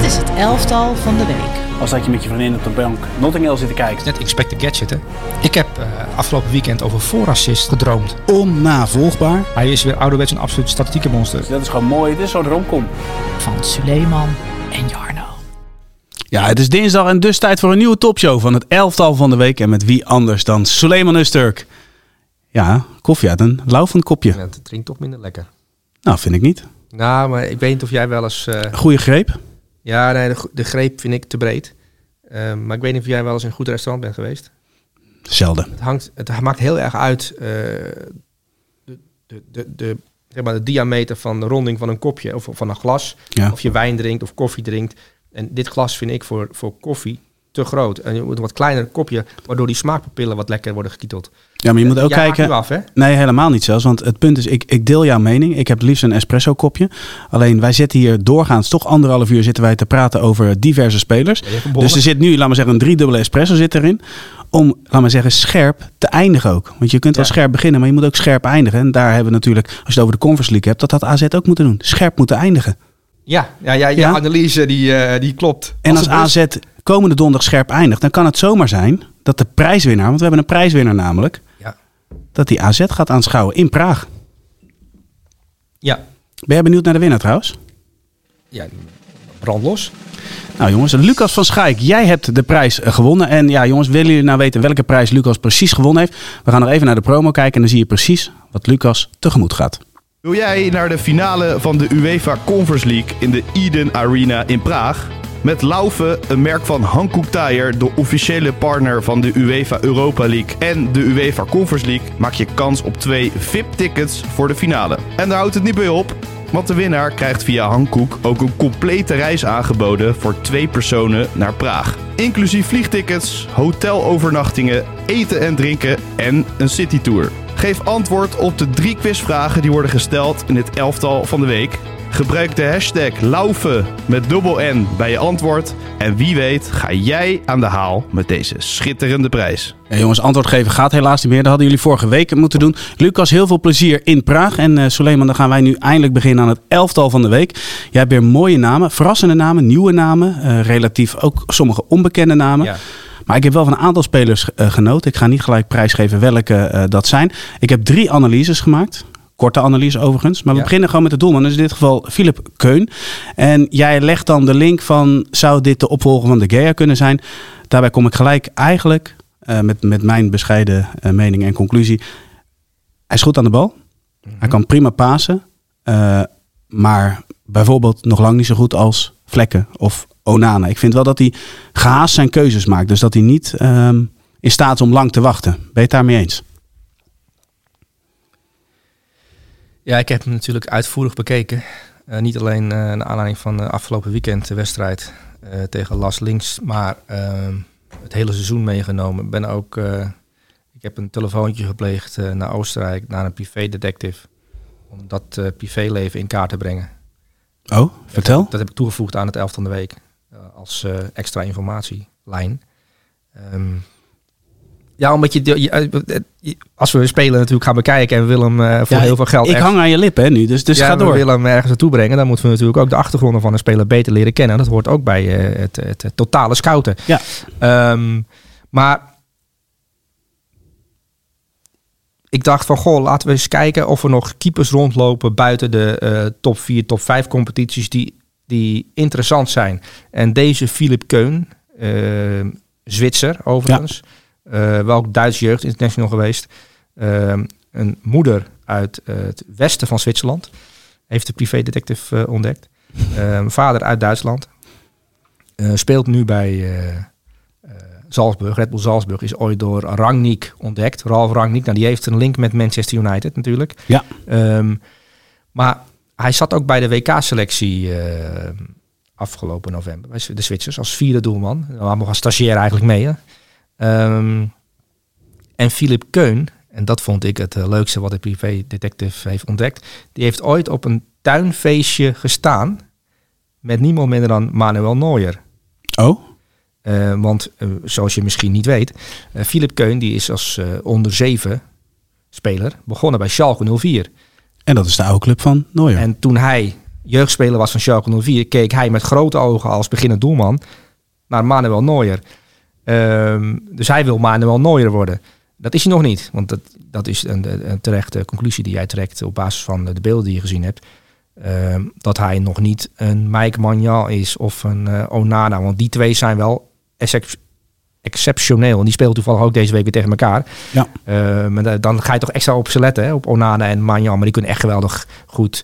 is het elftal van de week. Als dat je met je vriendin op de bank Notting Hill zit te kijken. Net Inspector Gadget, hè. Ik heb afgelopen weekend over voorassist gedroomd. Onnavolgbaar. Hij is weer ouderwets een absoluut statistieke monster. Dus dat is gewoon mooi. Dit is zo'n romcom. Van Suleiman en Jarno. Ja, het is dinsdag en dus tijd voor een nieuwe topshow van het elftal van de week. En met wie anders dan Suleiman Öztürk. Ja, koffie uit een laufend kopje. Ja, het drinkt toch minder lekker. Nou, vind ik niet. Nou, maar ik weet niet of jij wel eens... Goeie greep. Ja, nee, de greep vind ik te breed. Maar ik weet niet of jij wel eens in een goed restaurant bent geweest. Zelden. Het maakt heel erg uit zeg maar de diameter van de ronding van een kopje of van een glas. Ja. Of je wijn drinkt of koffie drinkt. En dit glas vind ik voor koffie te groot. En je moet een wat kleiner kopje, waardoor die smaakpapillen wat lekker worden gekieteld. Ja, maar je moet ook Jij kijken... maakt nu af, hè? Nee, helemaal niet zelfs. Want het punt is, ik deel jouw mening. Ik heb het liefst een espresso kopje. Alleen wij zitten hier doorgaans toch 1,5 uur zitten wij te praten over diverse spelers. Dus er zit nu, laat maar zeggen, een 3-dubbele espresso zit erin. Om, laat maar zeggen, scherp te eindigen ook. Want je kunt wel scherp beginnen, maar je moet ook scherp eindigen. En daar hebben we natuurlijk, als je het over de Conference League hebt, dat AZ ook moeten doen. Scherp moeten eindigen. Ja, je analyse die klopt. En als AZ komende donderdag scherp eindigt, dan kan het zomaar zijn dat de prijswinnaar, want we hebben een prijswinnaar namelijk, dat die AZ gaat aanschouwen in Praag. Ja. Ben jij benieuwd naar de winnaar trouwens? Ja, brandlos. Nou jongens, Lucas van Schaik, jij hebt de prijs gewonnen. En ja jongens, willen jullie nou weten welke prijs Lucas precies gewonnen heeft? We gaan nog even naar de promo kijken en dan zie je precies wat Lucas tegemoet gaat. Wil jij naar de finale van de UEFA Conference League in de Eden Arena in Praag? Met Laufe, een merk van Hankook Tire, de officiële partner van de UEFA Europa League en de UEFA Conference League, maak je kans op 2 VIP-tickets voor de finale. En daar houdt het niet bij op, want de winnaar krijgt via Hankook ook een complete reis aangeboden voor 2 personen naar Praag. Inclusief vliegtickets, hotelovernachtingen, eten en drinken en een citytour. Geef antwoord op de 3 quizvragen die worden gesteld in het elftal van de week. Gebruik de hashtag Laufe met dubbel N bij je antwoord. En wie weet ga jij aan de haal met deze schitterende prijs. Ja, jongens, antwoord geven gaat helaas niet meer. Dat hadden jullie vorige week moeten doen. Lucas, heel veel plezier in Praag. En Suleiman, dan gaan wij nu eindelijk beginnen aan het elftal van de week. Jij hebt weer mooie namen, verrassende namen, nieuwe namen. Relatief ook sommige onbekende namen. Ja. Maar ik heb wel van een aantal spelers genoten. Ik ga niet gelijk prijsgeven welke dat zijn. Ik heb 3 analyses gemaakt. Korte analyse overigens. Maar we beginnen gewoon met de doelman. Dat is in dit geval Philip Keun. En jij legt dan de link van, zou dit de opvolger van De Gea kunnen zijn? Daarbij kom ik gelijk eigenlijk met mijn bescheiden mening en conclusie. Hij is goed aan de bal. Hij kan prima pasen. Maar bijvoorbeeld nog lang niet zo goed als Vlekken of Onana. Ik vind wel dat hij gehaast zijn keuzes maakt. Dus dat hij niet in staat is om lang te wachten. Ben je het daarmee eens? Ja, ik heb hem natuurlijk uitvoerig bekeken. Niet alleen naar aanleiding van de afgelopen weekend de wedstrijd tegen Las Links, maar het hele seizoen meegenomen. Ik heb een telefoontje gepleegd naar Oostenrijk, naar een privédetective, om dat privéleven in kaart te brengen. Oh, vertel. Dat heb ik toegevoegd aan het elftal van de week als extra informatielijn. Ja, omdat als we spelen natuurlijk gaan bekijken en we willen hem voor heel veel geld... Ik hang aan je lippen nu, dus ga door. We willen hem ergens naartoe brengen. Dan moeten we natuurlijk ook de achtergronden van een speler beter leren kennen. Dat hoort ook bij het totale scouten. Ja. Maar ik dacht van, laten we eens kijken of er nog keepers rondlopen buiten de top 4, top 5 competities die interessant zijn. En deze Philip Keun, Zwitser overigens... Ja. Wel ook Duits jeugd international geweest. Een moeder uit het westen van Zwitserland. Heeft de privédetective ontdekt. Vader uit Duitsland. Speelt nu bij Salzburg. Red Bull Salzburg is ooit door Rangnick ontdekt. Ralf Rangnick. Nou, die heeft een link met Manchester United natuurlijk. Ja. Maar hij zat ook bij de WK-selectie afgelopen november. Bij de Zwitsers als 4e doelman. Allemaal als stagiair eigenlijk mee, hè. En Philip Keun, en dat vond ik het leukste wat de privédetective heeft ontdekt, die heeft ooit op een tuinfeestje gestaan met niemand minder dan Manuel Neuer. Oh? Want zoals je misschien niet weet, Philip Keun die is als onder 7 speler begonnen bij Schalke 04. En dat is de oude club van Neuer. En toen hij jeugdspeler was van Schalke 04... keek hij met grote ogen als beginnend doelman naar Manuel Neuer. Dus hij wil Manuel Neuer worden. Dat is hij nog niet. Want dat is een terechte conclusie die jij trekt op basis van de beelden die je gezien hebt. Dat hij nog niet een Mike Maignan is of een Onana. Want die twee zijn wel exceptioneel. En die spelen toevallig ook deze week weer tegen elkaar. Ja. Maar dan ga je toch extra op ze letten. Hè? Op Onana en Maignan. Maar die kunnen echt geweldig goed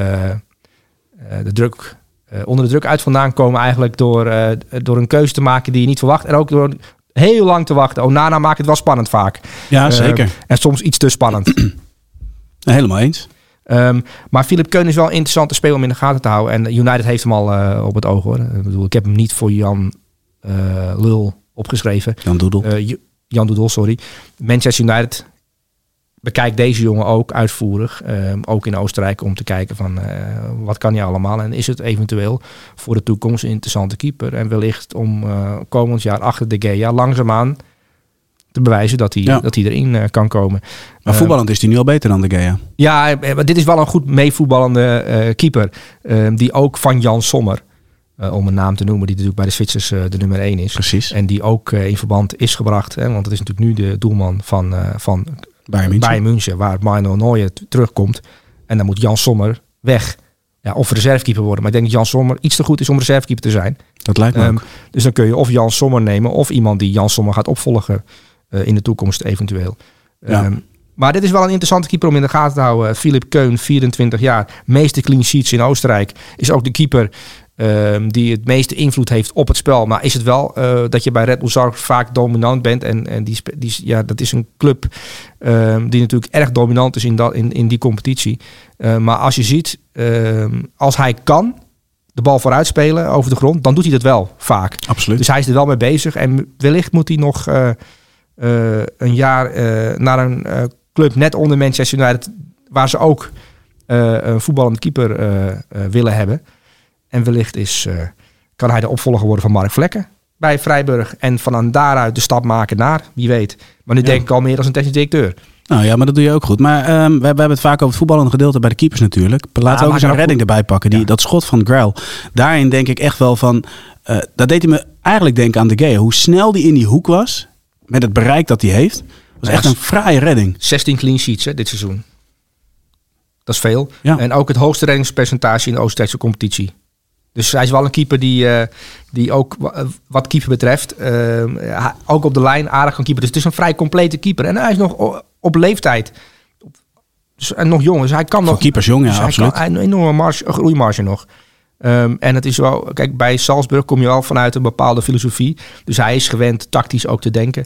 onder de druk uit vandaan komen. Eigenlijk door een keuze te maken die je niet verwacht. En ook door heel lang te wachten. Onana maakt het wel spannend vaak. Ja, zeker. En soms iets te spannend. Helemaal eens. Maar Philip Keun is wel een interessante speler om in de gaten te houden. En United heeft hem al op het oog, hoor. Ik heb hem niet voor Jan Lul opgeschreven. Jan Doedel, sorry. Manchester United bekijkt deze jongen ook uitvoerig. Ook in Oostenrijk om te kijken van wat kan hij allemaal. En is het eventueel voor de toekomst een interessante keeper. En wellicht om komend jaar achter De Gea langzaamaan te bewijzen dat hij erin kan komen. Maar voetballend is hij nu al beter dan De Gea. Ja, maar dit is wel een goed meevoetballende keeper. Die ook van Jan Sommer, om een naam te noemen, die natuurlijk bij de Zwitsers de nummer 1 is. Precies. En die ook in verband is gebracht. Want het is natuurlijk nu de doelman van Bayern München, waar Manuel Neuer terugkomt. En dan moet Jan Sommer weg. Ja, of reservekeeper worden. Maar ik denk dat Jan Sommer iets te goed is om reservekeeper te zijn. Dat lijkt me ook. Dus dan kun je of Jan Sommer nemen of iemand die Jan Sommer gaat opvolgen in de toekomst eventueel. Ja. Maar dit is wel een interessante keeper om in de gaten te houden. Philip Keun, 24 jaar. Meeste clean sheets in Oostenrijk. Is ook de keeper die het meeste invloed heeft op het spel. Maar is het wel dat je bij Red Bull Salzburg vaak dominant bent. En dat is een club die natuurlijk erg dominant is in die competitie. Maar als je ziet, als hij kan de bal vooruit spelen over de grond, dan doet hij dat wel vaak. Absoluut. Dus hij is er wel mee bezig. En wellicht moet hij nog een jaar naar een club net onder Manchester United, waar ze ook een voetballende keeper willen hebben. En wellicht kan hij de opvolger worden van Mark Vlekken bij Freiburg. En van daaruit de stap maken naar, wie weet. Maar nu denk ik al meer als een technisch directeur. Nou ja, maar dat doe je ook goed. Maar we hebben het vaak over het voetballende gedeelte bij de keepers natuurlijk. Laten we ook eens een redding erbij pakken. Dat schot van Grael. Daarin denk ik echt wel van, dat deed hij me eigenlijk denken aan De Gea. Hoe snel die in die hoek was, met het bereik dat hij heeft. Was echt een fraaie redding. 16 clean sheets dit seizoen. Dat is veel. Ja. En ook het hoogste reddingspercentage in de Oostenrijkse competitie. Dus hij is wel een keeper die ook wat keeper betreft ook op de lijn aardig kan keeper. Dus het is een vrij complete keeper. En hij is nog op leeftijd. En nog jong. Dus hij kan nog. Keepers jong, ja, dus absoluut. Hij kan een enorme groeimarge nog. En het is wel, kijk, bij Salzburg kom je wel vanuit een bepaalde filosofie. Dus hij is gewend tactisch ook te denken.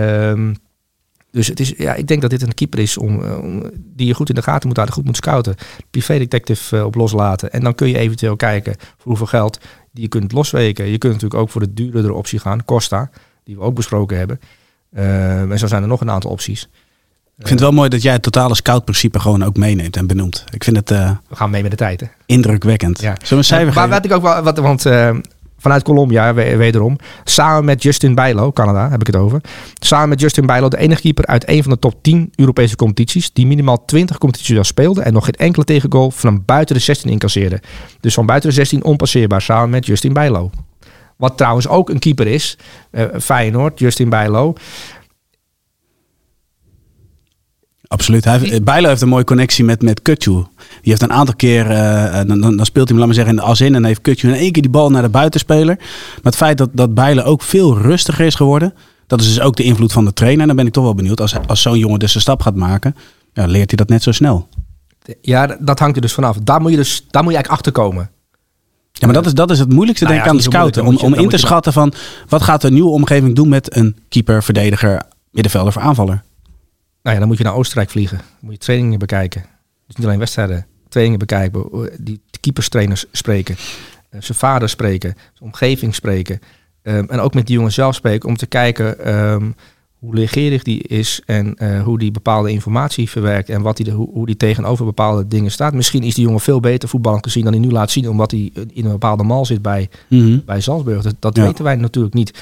Dus het is, ik denk dat dit een keeper is die je goed in de gaten moet houden, goed moet scouten. Privé detective op loslaten. En dan kun je eventueel kijken voor hoeveel geld die je kunt losweken. Je kunt natuurlijk ook voor de duurdere optie gaan, Costa, die we ook besproken hebben. En zo zijn er nog een aantal opties. Ik vind het wel mooi dat jij het totale scoutprincipe gewoon ook meeneemt en benoemt. Ik vind het we gaan mee met de tijd, hè? Indrukwekkend. Ja. Zullen we een cijfer geven? Maar weet ik ook wel, want vanuit Colombia, wederom, samen met Justin Bijlo, Canada heb ik het over. Samen met Justin Bijlo, de enige keeper uit een van de top 10 Europese competities, die minimaal 20 competities al speelde en nog geen enkele tegengoal van buiten de 16 incasseerde. Dus van buiten de 16 onpasseerbaar, samen met Justin Bijlo. Wat trouwens ook een keeper is, Feyenoord, Justin Bijlo. Absoluut. Bijlo heeft een mooie connectie met Kutju. Die heeft een aantal keer, dan speelt hij hem, laat maar zeggen, in de as in. En heeft Kutju in één keer die bal naar de buitenspeler. Maar het feit dat Bijlo ook veel rustiger is geworden, dat is dus ook de invloed van de trainer. En dan ben ik toch wel benieuwd, als zo'n jongen dus een stap gaat maken, leert hij dat net zo snel. Ja, dat hangt er dus vanaf. Daar moet je eigenlijk achter komen. Ja, maar dat is het moeilijkste denk ik aan de scouten. Om in te schatten van, wat gaat de nieuwe omgeving doen met een keeper, verdediger, middenvelder of aanvaller? Nou ja, dan moet je naar Oostenrijk vliegen. Dan moet je trainingen bekijken. Dus niet alleen wedstrijden, trainingen bekijken. Die keeperstrainers spreken. Zijn vader spreken. Zijn omgeving spreken. En ook met die jongen zelf spreken. Om te kijken hoe leergierig die is. En hoe die bepaalde informatie verwerkt. En hoe die tegenover bepaalde dingen staat. Misschien is die jongen veel beter voetballend gezien dan hij nu laat zien. Omdat hij in een bepaalde mal zit bij Salzburg. Dat weten wij natuurlijk niet.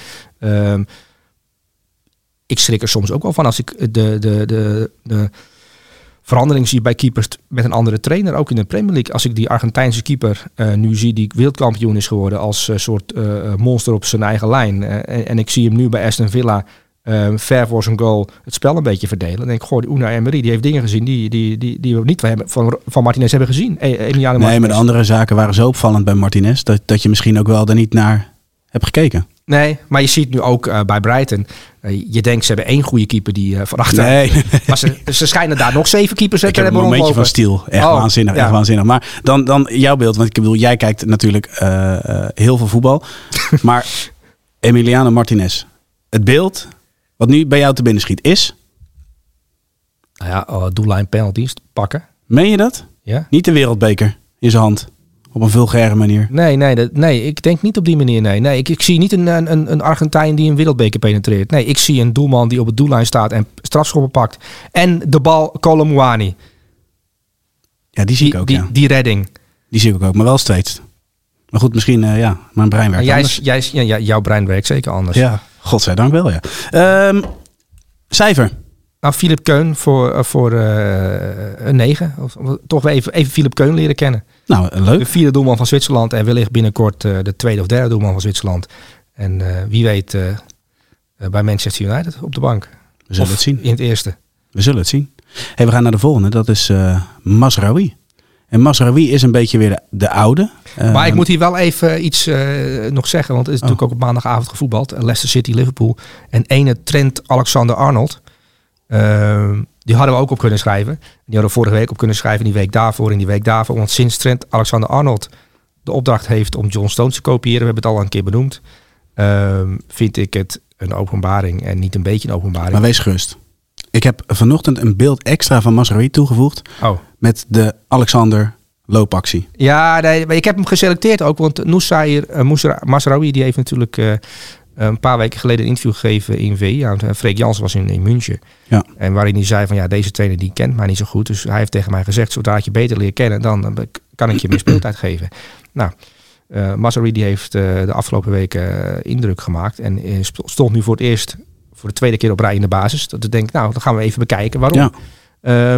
Ik schrik er soms ook wel van als ik de verandering zie bij keepers met een andere trainer, ook in de Premier League. Als ik die Argentijnse keeper nu zie die wereldkampioen is geworden als soort monster op zijn eigen lijn. En ik zie hem nu bij Aston Villa ver voor zijn goal het spel een beetje verdelen. Dan denk ik, die Unai Emery, die heeft dingen gezien die we niet van Martinez hebben gezien. Nee, maar de andere zaken waren zo opvallend bij Martinez dat je misschien ook wel er niet naar hebt gekeken. Nee, maar je ziet nu ook bij Brighton. Je denkt, ze hebben 1 goede keeper die van achter. Nee. Maar ze schijnen daar nog 7 keepers te hebben rondlopen. Ik heb een momentje van Stiel. Echt waanzinnig. Ja. Echt waanzinnig. Maar dan jouw beeld. Want ik bedoel, jij kijkt natuurlijk heel veel voetbal. Maar Emiliano Martinez. Het beeld wat nu bij jou te binnen schiet is? Nou ja, doellijn penalties pakken. Meen je dat? Ja. Niet de wereldbeker in zijn hand. Op een vulgaire manier. Nee, ik denk niet op die manier. Nee, ik zie niet een Argentijn die een wereldbeker penetreert. Nee, ik zie een doelman die op het doellijn staat en strafschoppen pakt. En de bal Kolo Muani. Ja, die zie ik ook, die redding. Die zie ik ook, maar wel steeds. Maar goed, misschien, mijn brein werkt anders. Jouw brein werkt zeker anders. Ja, godzijdank wel, ja. Cijfer? Nou, Philip Keun voor een 9. Of toch weer even Philip Keun leren kennen. Nou, leuk. De 4e doelman van Zwitserland en wellicht binnenkort de 2e of 3e doelman van Zwitserland. En wie weet bij Manchester United op de bank. We zullen het zien. In het eerste. We zullen het zien. Hey, we gaan naar de volgende. Dat is Mazraoui. En Mazraoui is een beetje weer de oude. Maar ik moet hier wel even iets nog zeggen. Want het is natuurlijk ook op maandagavond gevoetbald. Leicester City, Liverpool. En ene Trent Alexander-Arnold. Die hadden we ook op kunnen schrijven. Die hadden we vorige week op kunnen schrijven. Die week daarvoor en die week daarvoor. Want sinds Trent Alexander-Arnold de opdracht heeft om John Stones te kopiëren. We hebben het al een keer benoemd. Vind ik het een openbaring. En niet een beetje een openbaring. Maar wees gerust. Ik heb vanochtend een beeld extra van Mazraoui toegevoegd. Met de Alexander loopactie. Ja, nee, maar ik heb hem geselecteerd ook. Want Noussair Mazraoui die heeft natuurlijk een paar weken geleden een interview gegeven in VI. Freek Jansen was in München. Ja. En waarin hij zei van deze trainer die kent mij niet zo goed. Dus hij heeft tegen mij gezegd, zodra je beter leert kennen, dan kan ik je meer speeltijd geven. Nou, Mazraoui die heeft de afgelopen weken indruk gemaakt. En stond nu voor de tweede keer op rij in de basis. Dat ik denk, dan gaan we even bekijken waarom. Ja.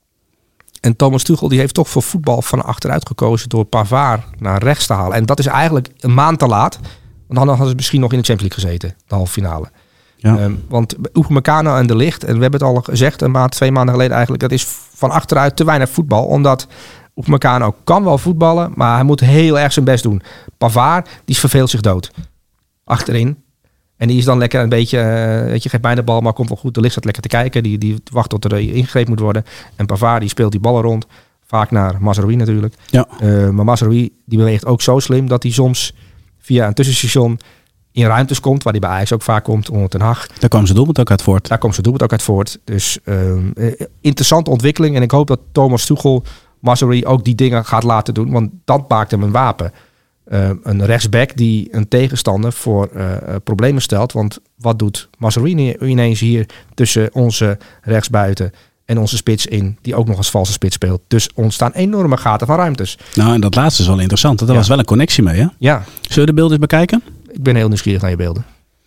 En Thomas Tuchel die heeft toch voor voetbal van achteruit gekozen door Pavard naar rechts te halen. En dat is eigenlijk een maand te laat. Want dan hadden ze misschien nog in de Champions League gezeten, de halve finale. Ja. Want Upamecano en De Ligt, en we hebben het al gezegd, 2 maanden geleden eigenlijk, dat is van achteruit te weinig voetbal. Omdat Upamecano kan wel voetballen, maar hij moet heel erg zijn best doen. Pavard, die verveelt zich dood. Achterin. En die is dan lekker een beetje, geeft mij de bal, maar komt wel goed. De Ligt staat lekker te kijken. Die wacht tot er ingegrepen moet worden. En Pavard, die speelt die ballen rond. Vaak naar Mazraoui natuurlijk. Ja. Maar Mazraoui, die beweegt ook zo slim dat hij soms via een tussenstation in ruimtes komt, waar hij bij Ajax ook vaak komt, onder Ten Hag. Daar kwam zijn doelpunt ook uit voort. Dus interessante ontwikkeling. En ik hoop dat Thomas Tuchel Mazraoui ook die dingen gaat laten doen, want dat maakt hem een wapen. Een rechtsback die een tegenstander voor problemen stelt. Want wat doet Mazraoui ineens hier tussen onze rechtsbuiten en onze spits in, die ook nog als valse spits speelt. Dus ontstaan enorme gaten van ruimtes. Nou, en dat laatste is wel interessant. Daar was wel een connectie mee, hè? Ja. Zullen we de beelden eens bekijken? Ik ben heel nieuwsgierig naar je beelden.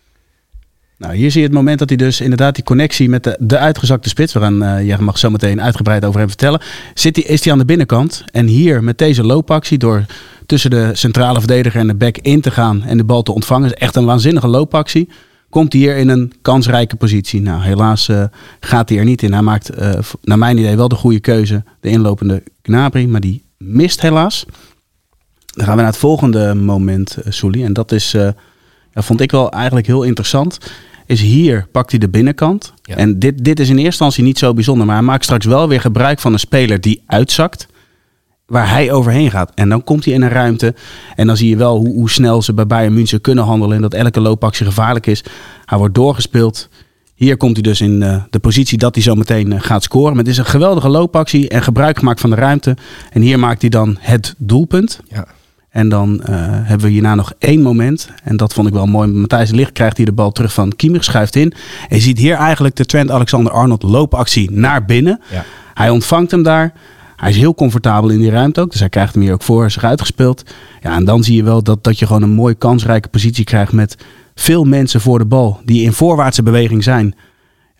Nou, hier zie je het moment dat hij dus inderdaad die connectie met de uitgezakte spits, waaraan jij mag zo meteen uitgebreid over hem vertellen, is hij aan de binnenkant. En hier met deze loopactie, door tussen de centrale verdediger en de back in te gaan en de bal te ontvangen, is echt een waanzinnige loopactie. Komt hij hier in een kansrijke positie. Nou, helaas gaat hij er niet in. Hij maakt, naar mijn idee, wel de goede keuze. De inlopende Gnabry, maar die mist helaas. Dan gaan we naar het volgende moment, Soelie. En dat is, vond ik wel eigenlijk heel interessant. Is hier pakt hij de binnenkant. Ja. En dit is in eerste instantie niet zo bijzonder. Maar hij maakt straks wel weer gebruik van een speler die uitzakt. Waar hij overheen gaat. En dan komt hij in een ruimte. En dan zie je wel hoe snel ze bij Bayern München kunnen handelen. En dat elke loopactie gevaarlijk is. Hij wordt doorgespeeld. Hier komt hij dus in de positie dat hij zo meteen gaat scoren. Maar het is een geweldige loopactie. En gebruik gemaakt van de ruimte. En hier maakt hij dan het doelpunt. Ja. En dan hebben we hierna nog 1 moment. En dat vond ik wel mooi. Matthijs de Ligt krijgt hier de bal terug van Kimmich. Schuift in. En je ziet hier eigenlijk de Trent Alexander-Arnold loopactie naar binnen. Ja. Hij ontvangt hem daar. Hij is heel comfortabel in die ruimte ook. Dus hij krijgt hem hier ook voor zich uitgespeeld. Ja, en dan zie je wel dat je gewoon een mooi kansrijke positie krijgt met veel mensen voor de bal. Die in voorwaartse beweging zijn.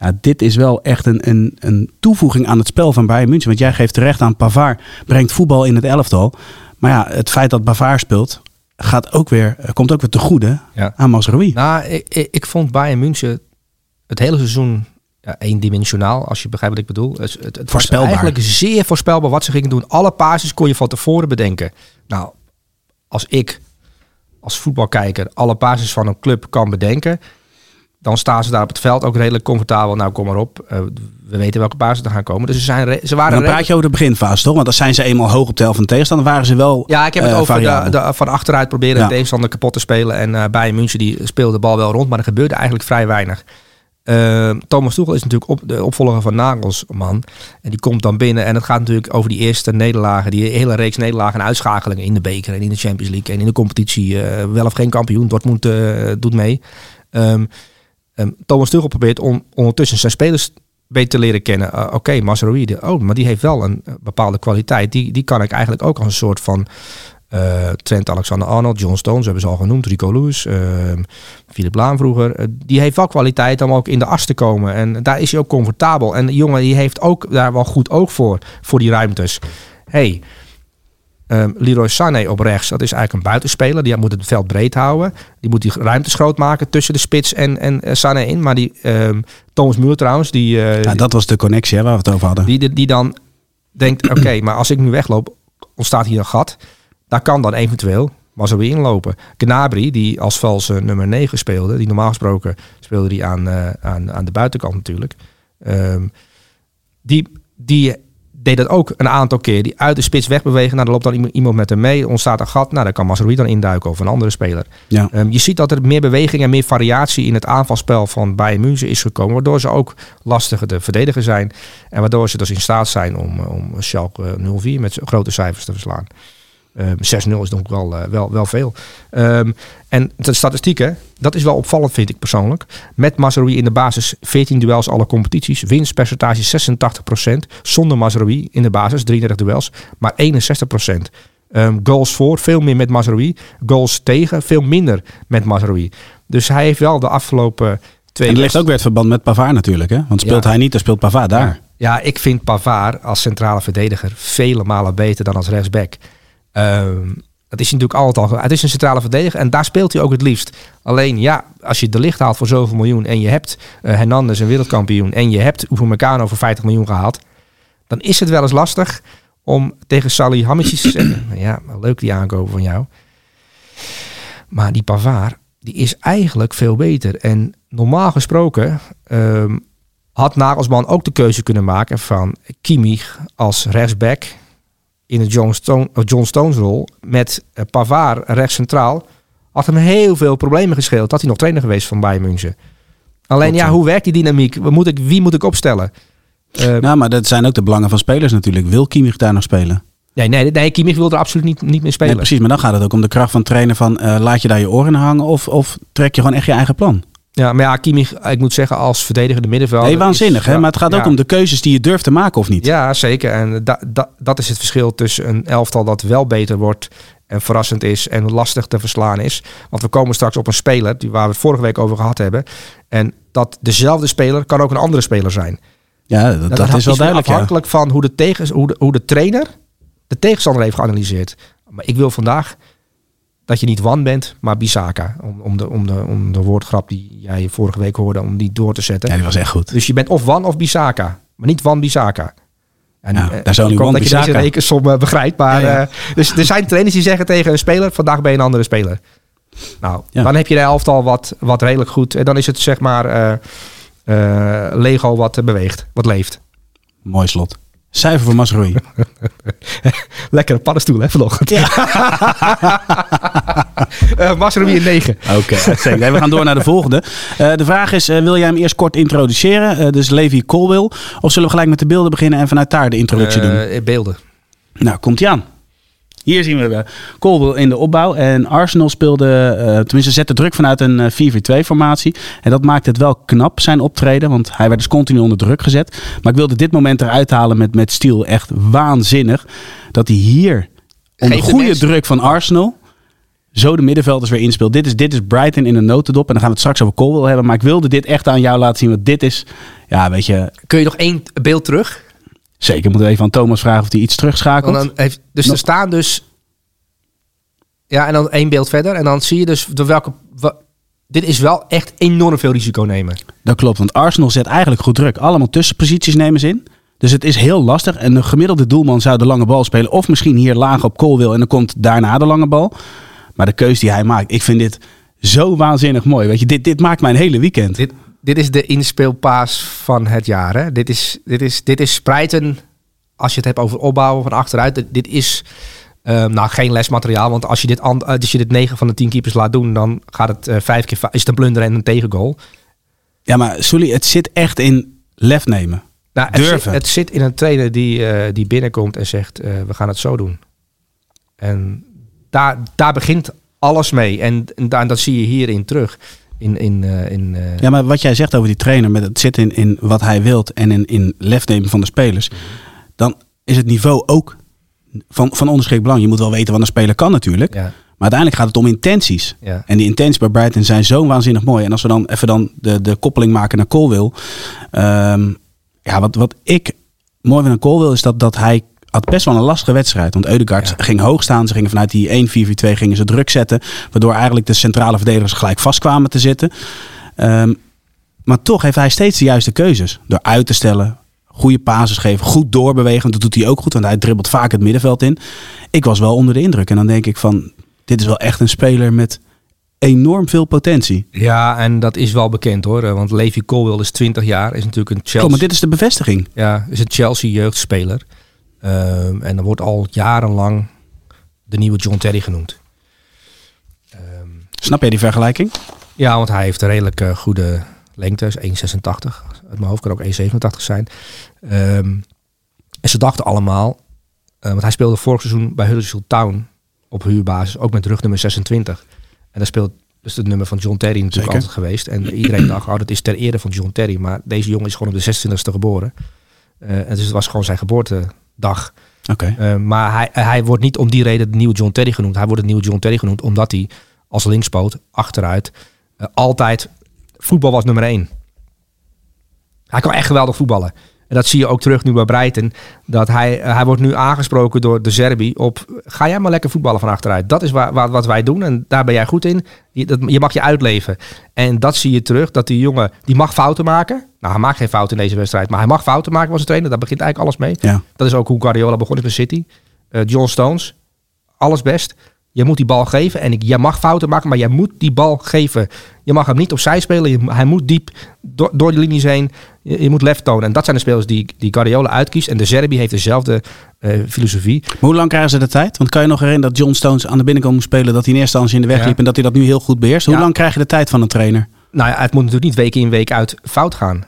Ja, dit is wel echt een toevoeging aan het spel van Bayern München. Want jij geeft terecht aan Pavard, brengt voetbal in het elftal. Maar ja, het feit dat Pavard speelt, komt ook weer te goede aan Mazraoui. Nou, ik vond Bayern München het hele seizoen eendimensionaal, als je begrijpt wat ik bedoel. Het was eigenlijk zeer voorspelbaar wat ze gingen doen. Alle passes kon je van tevoren bedenken. Nou, als ik als voetbalkijker alle passes van een club kan bedenken, dan staan ze daar op het veld ook redelijk comfortabel. Nou, kom maar op. We weten welke passes er gaan komen. Dus ze waren. Dan praat je over de beginfase, toch? Want dan zijn ze eenmaal hoog op de helft van de tegenstander. Waren ze wel. Ja, ik heb het over van achteruit proberen de tegenstander kapot te spelen. En Bayern München die speelde de bal wel rond, maar er gebeurde eigenlijk vrij weinig. Thomas Tuchel is natuurlijk de opvolger van Nagelsman. En die komt dan binnen. En het gaat natuurlijk over die eerste nederlagen. Die hele reeks nederlagen en uitschakelingen in de beker en in de Champions League. En in de competitie wel of geen kampioen. Dortmund doet mee. Thomas Tuchel probeert ondertussen zijn spelers beter te leren kennen. Oké, Mazraoui, maar die heeft wel een bepaalde kwaliteit. Die kan ik eigenlijk ook als een soort van Trent Alexander-Arnold, John Stones hebben ze al genoemd, Rico Lewis, Philippe Lahm vroeger. Die heeft wel kwaliteit om ook in de as te komen. En daar is hij ook comfortabel. En de jongen die heeft ook daar wel goed oog voor die ruimtes. Leroy Sané op rechts, dat is eigenlijk een buitenspeler. Die moet het veld breed houden. Die moet die ruimtes groot maken tussen de spits en Sané in. Maar die Thomas Müller trouwens, dat was de connectie waar we het over hadden. Die dan denkt, oké, maar als ik nu wegloop, ontstaat hier een gat. Daar kan dan eventueel Mazraoui inlopen. Gnabry, die als valse nummer 9 speelde, die normaal gesproken speelde die aan de buitenkant natuurlijk. Die deed dat ook een aantal keer. Die uit de spits wegbewegen. Nou, dan loopt dan iemand met hem mee. Ontstaat een gat. Nou, dan kan Mazraoui dan induiken of een andere speler. Ja. Je ziet dat er meer beweging en meer variatie in het aanvalspel van Bayern München is gekomen. Waardoor ze ook lastiger te verdedigen zijn. En waardoor ze dus in staat zijn om Schalke 04 met grote cijfers te verslaan. 6-0 is nog wel veel. En de statistieken, dat is wel opvallend vind ik persoonlijk. Met Mazraoui in de basis 14 duels alle competities. Winstpercentage 86%. Zonder Mazraoui in de basis 33 duels. Maar 61%. Goals voor, veel meer met Mazraoui. Goals tegen, veel minder met Mazraoui. Dus hij heeft wel de afgelopen 2... En er ligt ook weer het verband met Pavard natuurlijk. Hè? Want speelt hij niet, dan speelt Pavard daar. Ja, ik vind Pavard als centrale verdediger vele malen beter dan als rechtsback. Dat is natuurlijk altijd al. Het is een centrale verdediger en daar speelt hij ook het liefst. Alleen ja, als je de licht haalt voor zoveel miljoen en je hebt Hernandez een wereldkampioen en je hebt Upamecano voor 50 miljoen gehaald, dan is het wel eens lastig om tegen Salihamidzic te zeggen, ja, leuk die aankopen van jou. Maar die Pavard, die is eigenlijk veel beter. En normaal gesproken had Nagelsman ook de keuze kunnen maken van Kimmich als rechtsback in de John Stones rol met Pavard rechts centraal, had hem heel veel problemen gescheeld. Had hij nog trainer geweest van Bayern München. Alleen hoe werkt die dynamiek? Wie moet ik opstellen? Maar dat zijn ook de belangen van spelers natuurlijk. Wil Kimmich daar nog spelen? Nee, Kimmich wil er absoluut niet meer spelen. Nee, precies, maar dan gaat het ook om de kracht van trainen van laat je daar je oren hangen of trek je gewoon echt je eigen plan? Ja, maar Kimmich, ik moet zeggen, als verdedigende middenvelder... Nee, waanzinnig, hè? Maar het gaat ook om de keuzes die je durft te maken of niet. Ja, zeker. En dat is het verschil tussen een elftal dat wel beter wordt en verrassend is en lastig te verslaan is. Want we komen straks op een speler, waar we het vorige week over gehad hebben. En dat dezelfde speler kan ook een andere speler zijn. Ja, dat is wel duidelijk. Afhankelijk van hoe de trainer de tegenstander heeft geanalyseerd. Maar ik wil vandaag dat je niet Wan bent, maar Bissaka. Om de woordgrap die jij vorige week hoorde, om die door te zetten. Ja, die was echt goed. Dus je bent of Wan of Bissaka, maar niet Wan Bissaka. En daar zou nu Wan dat Bissaka. je deze rekensom begrijpt. Maar dus er zijn trainers die zeggen tegen een speler, vandaag ben je een andere speler. Nou, dan heb je de elftal wat redelijk goed. En dan is het zeg maar Lego wat beweegt, wat leeft. Mooi slot. Cijfer voor Mazraoui. Lekkere paddenstoel, hè, vanochtend. Ja. Mazraoui een 9. Oké, uitstekend. We gaan door naar de volgende. De vraag is, wil jij hem eerst kort introduceren? Dus Levi Colwill. Of zullen we gelijk met de beelden beginnen en vanuit daar de introductie doen? Beelden. Nou, komt-ie aan. Hier zien we Colwill in de opbouw. En Arsenal zette druk vanuit een 4-4-2 formatie. En dat maakte het wel knap, zijn optreden. Want hij werd dus continu onder druk gezet. Maar ik wilde dit moment eruit halen met Stiel. Echt waanzinnig. Dat hij hier onder goede druk van Arsenal zo de middenvelders weer inspeelt. Dit is Brighton in een notendop. En dan gaan we het straks over Colwill hebben. Maar ik wilde dit echt aan jou laten zien. Want dit is, ja, weet je... Kun je nog 1 beeld terug? Zeker, moeten we even aan Thomas vragen of hij iets terugschakelt. Er staan dus... Ja, en dan 1 beeld verder. En dan zie je dus door welke... Dit is wel echt enorm veel risico nemen. Dat klopt, want Arsenal zet eigenlijk goed druk. Allemaal tussenposities nemen ze in. Dus het is heel lastig. En de gemiddelde doelman zou de lange bal spelen. Of misschien hier laag op Colwill en dan komt daarna de lange bal. Maar de keus die hij maakt, ik vind dit zo waanzinnig mooi. Weet je, dit maakt mijn hele weekend. Dit is de inspeelpaas van het jaar. Hè? Dit is Brighton, als je het hebt over opbouwen van achteruit. Dit is geen lesmateriaal. Want als je dit 9 van de 10 keepers laat doen, dan gaat het 5 keer is het een blunder en een tegengoal. Ja, maar Sully, het zit echt in lef nemen. Nou, het zit in een trainer die binnenkomt en zegt, we gaan het zo doen. En daar begint alles mee. En dat zie je hierin terug. Ja, maar wat jij zegt over die trainer, met het zit in wat hij wilt en in lef nemen van de spelers, dan is het niveau ook van onderscheid belang. Je moet wel weten wat een speler kan natuurlijk. Ja. Maar uiteindelijk gaat het om intenties. Ja. En die intenties bij Brighton zijn zo waanzinnig mooi. En als we dan even de koppeling maken naar Colwill. Wat ik mooi vind aan Colwill is dat hij had best wel een lastige wedstrijd. Want Ødegaard ging hoog staan. Ze gingen vanuit die 1-4-4-2 gingen ze druk zetten. Waardoor eigenlijk de centrale verdedigers gelijk vast kwamen te zitten. Maar toch heeft hij steeds de juiste keuzes. Door uit te stellen, goede passes geven, goed doorbewegen. Dat doet hij ook goed, want hij dribbelt vaak het middenveld in. Ik was wel onder de indruk. En dan denk ik van, dit is wel echt een speler met enorm veel potentie. Ja, en dat is wel bekend hoor. Want Levi Colwill is 20 jaar. Is natuurlijk een Chelsea. Klopt, maar dit is de bevestiging. Ja, is een Chelsea jeugdspeler. En dan wordt al jarenlang de nieuwe John Terry genoemd. Snap jij die vergelijking? Ja, want hij heeft een redelijk goede lengte. Is 1,86. Uit mijn hoofd kan ook 1,87 zijn. En ze dachten allemaal... want hij speelde vorig seizoen bij Huddersfield Town op huurbasis. Ook met rugnummer 26. En daar speelt dus het nummer van John Terry natuurlijk altijd geweest. En iedereen dacht, dat is ter ere van John Terry. Maar deze jongen is gewoon op de 26e geboren. En dus het was gewoon zijn geboortedag. Okay. Maar hij wordt niet om die reden de nieuwe John Terry genoemd. Hij wordt de nieuwe John Terry genoemd omdat hij als linkspoot achteruit altijd voetbal was nummer 1. Hij kan echt geweldig voetballen. En dat zie je ook terug nu bij Brighton. Dat hij wordt nu aangesproken door de Serbi op... Ga jij maar lekker voetballen van achteruit. Dat is wat wij doen en daar ben jij goed in. Je mag je uitleven. En dat zie je terug. Dat die jongen, die mag fouten maken. Nou, hij maakt geen fouten in deze wedstrijd. Maar hij mag fouten maken als trainer. Daar begint eigenlijk alles mee. Ja. Dat is ook hoe Guardiola begon is met City. John Stones. Alles best. Je moet die bal geven. En je mag fouten maken, maar je moet die bal geven. Je mag hem niet opzij spelen. Hij moet diep door de linies heen. Je moet lef tonen. En dat zijn de spelers die Guardiola uitkiest. En de Serbi heeft dezelfde filosofie. Maar hoe lang krijgen ze de tijd? Want kan je nog herinneren dat John Stones aan de binnenkant moest spelen, dat hij in eerste instantie in de weg liep en dat hij dat nu heel goed beheerst? Hoe lang krijg je de tijd van een trainer? Nou ja, het moet natuurlijk niet week in week uit fout gaan.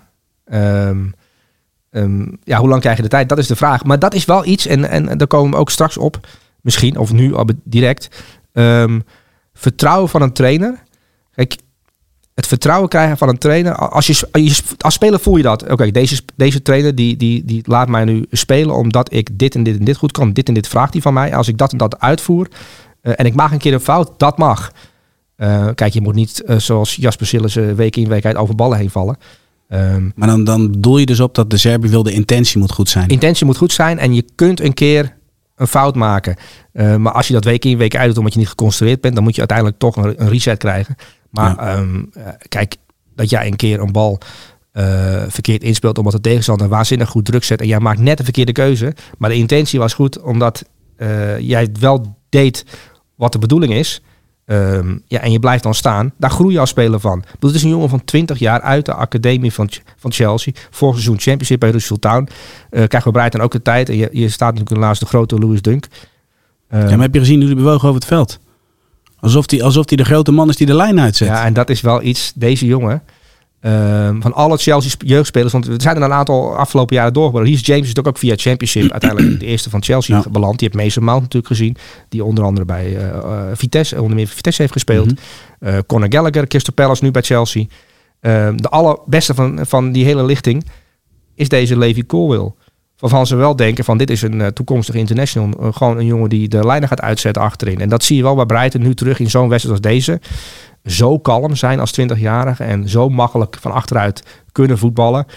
Hoe lang krijg je de tijd? Dat is de vraag. Maar dat is wel iets, en daar komen we ook straks op, misschien, of nu al direct. Vertrouwen van een trainer. Kijk, het vertrouwen krijgen van een trainer. Als speler voel je dat. Oké, deze trainer die laat mij nu spelen omdat ik dit en dit en dit goed kan. Dit en dit vraagt hij van mij. Als ik dat en dat uitvoer en ik maak een keer een fout, dat mag. Kijk, je moet niet zoals Jasper Sillissen week in week uit over ballen heen vallen. Maar dan bedoel je dus op dat de Serbi wil de intentie moet goed zijn. Intentie moet goed zijn en je kunt een keer een fout maken. Maar als je dat week in week uit doet omdat je niet geconstrueerd bent, dan moet je uiteindelijk toch een reset krijgen. Maar kijk, dat jij een keer een bal verkeerd inspeelt omdat de tegenstander waanzinnig goed druk zet en jij maakt net een verkeerde keuze. Maar de intentie was goed omdat jij wel deed wat de bedoeling is. En je blijft dan staan. Daar groei je als speler van. Het is een jongen van 20 jaar uit de academie van Chelsea. Vorig seizoen Championship bij Huddersfield Town. Krijgen we Brighton ook de tijd. En je staat natuurlijk naast de grote Louis Dunk. Maar heb je gezien hoe hij bewoog over het veld? Alsof hij de grote man is die de lijn uitzet. Ja, en dat is wel iets, deze jongen. Van alle Chelsea jeugdspelers. Want er zijn er een aantal afgelopen jaren doorgebroken. Reece James is ook via Championship uiteindelijk de eerste van Chelsea beland. Die heeft Mason Mount natuurlijk gezien. Die onder andere bij Vitesse heeft gespeeld. Conor Gallagher, Crystal Palace nu bij Chelsea. De allerbeste van die hele lichting is deze Levi Colwill. Waarvan ze wel denken van dit is een toekomstige international. Gewoon een jongen die de lijnen gaat uitzetten achterin. En dat zie je wel bij Brighton nu terug in zo'n wedstrijd als deze. Zo kalm zijn als 20-jarige en zo makkelijk van achteruit kunnen voetballen.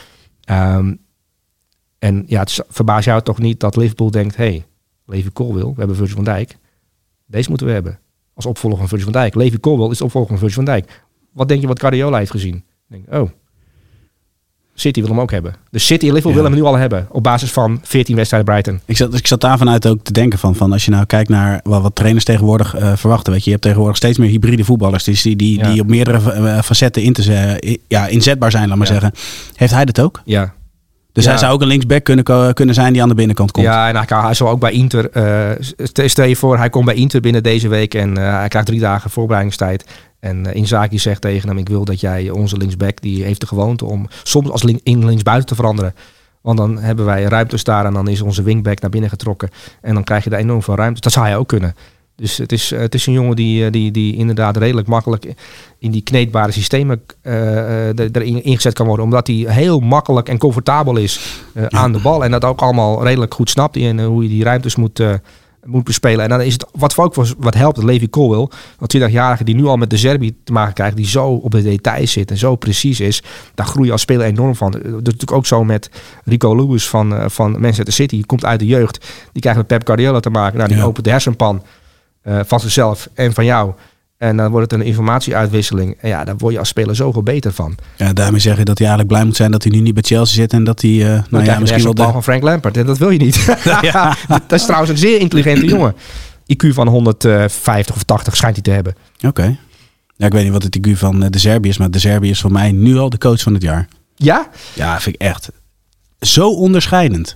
En ja, het verbaast jou toch niet dat Liverpool denkt, hey, Levi Colwill, we hebben Virgil van Dijk. Deze moeten we hebben. Als opvolger van Virgil van Dijk. Levi Colwill is de opvolger van Virgil van Dijk. Wat denk je wat Guardiola heeft gezien? Denk, City wil hem ook hebben. Dus City en Liverpool willen hem nu al hebben. Op basis van 14 wedstrijden Brighton. Ik zat daar vanuit ook te denken van als je nou kijkt naar wat trainers tegenwoordig verwachten. Weet je hebt tegenwoordig steeds meer hybride voetballers. Dus die op meerdere facetten inzetbaar zijn, laat maar zeggen. Heeft hij dat ook? Ja. Dus hij zou ook een linksback kunnen zijn die aan de binnenkant komt. Ja, en hij zou ook bij Inter... stel je voor, hij komt bij Inter binnen deze week en hij krijgt 3 dagen voorbereidingstijd. En Inzaghi zegt tegen hem, ik wil dat jij onze linksback, die heeft de gewoonte om soms als linksbuiten te veranderen. Want dan hebben wij ruimtes daar en dan is onze wingback naar binnen getrokken. En dan krijg je daar enorm veel ruimte. Dat zou hij ook kunnen. Dus het is een jongen die inderdaad redelijk makkelijk in die kneedbare systemen erin ingezet kan worden. Omdat hij heel makkelijk en comfortabel is aan de bal. En dat ook allemaal redelijk goed snapt in hoe je die ruimtes moet bespelen. En dan is het wat helpt, het Levi Colwill, wat 20-jarige die nu al met de Zerbi te maken krijgt, die zo op de details zit en zo precies is, daar groei je als speler enorm van. Dat is natuurlijk ook zo met Rico Lewis van Manchester City. Die komt uit de jeugd. Die krijgt met Pep Guardiola te maken. Nou, die opent de hersenpan van zichzelf en van jou. En dan wordt het een informatieuitwisseling. En ja, daar word je als speler zoveel beter van. Ja, daarmee zeg je dat hij eigenlijk blij moet zijn dat hij nu niet bij Chelsea zit. En dat hij misschien wel bal van Frank Lampard. En dat wil je niet. Ja. Dat is trouwens een zeer intelligente jongen. IQ van 150 of 80 schijnt hij te hebben. Oké. Ja, ik weet niet wat het IQ van de Zerbi is. Maar de Zerbi is voor mij nu al de coach van het jaar. Ja? Ja, vind ik echt zo onderscheidend.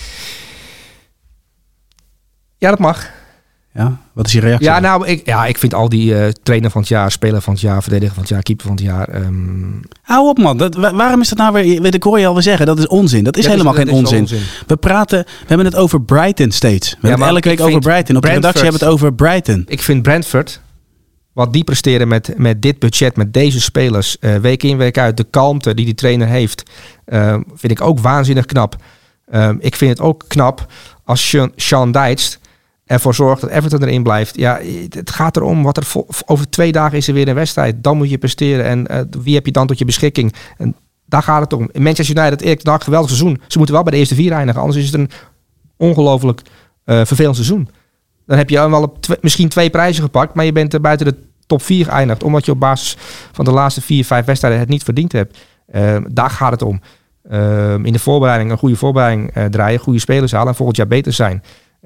Ja, dat mag. Ja, wat is je reactie? Ja, nou, ik vind al die trainer van het jaar, speler van het jaar, verdediger van het jaar, keeper van het jaar. Hou op, man. Waarom is dat nou weer? Ik hoor je alweer zeggen, dat is onzin. Dat is helemaal geen onzin. We hebben het over Brighton steeds. We hebben het elke week over Brighton. Op de redactie hebben we het over Brighton. Ik vind Brentford, wat die presteren met dit budget, met deze spelers, week in, week uit, de kalmte die trainer heeft, vind ik ook waanzinnig knap. Ik vind het ook knap als Sean Dyche ervoor zorgt dat Everton erin blijft. Ja, het gaat erom wat er over 2 dagen is er weer een wedstrijd. Dan moet je presteren. En wie heb je dan tot je beschikking? En daar gaat het om. In Manchester United, Erik ten Hag, geweldig seizoen. Ze moeten wel bij de eerste 4 eindigen. Anders is het een ongelooflijk vervelend seizoen. Dan heb je wel misschien 2 prijzen gepakt. Maar je bent buiten de top 4 geëindigd. Omdat je op basis van de laatste 4, 5 wedstrijden het niet verdiend hebt. Daar gaat het om. In de voorbereiding een goede voorbereiding draaien. Goede spelers halen. En volgend jaar beter zijn.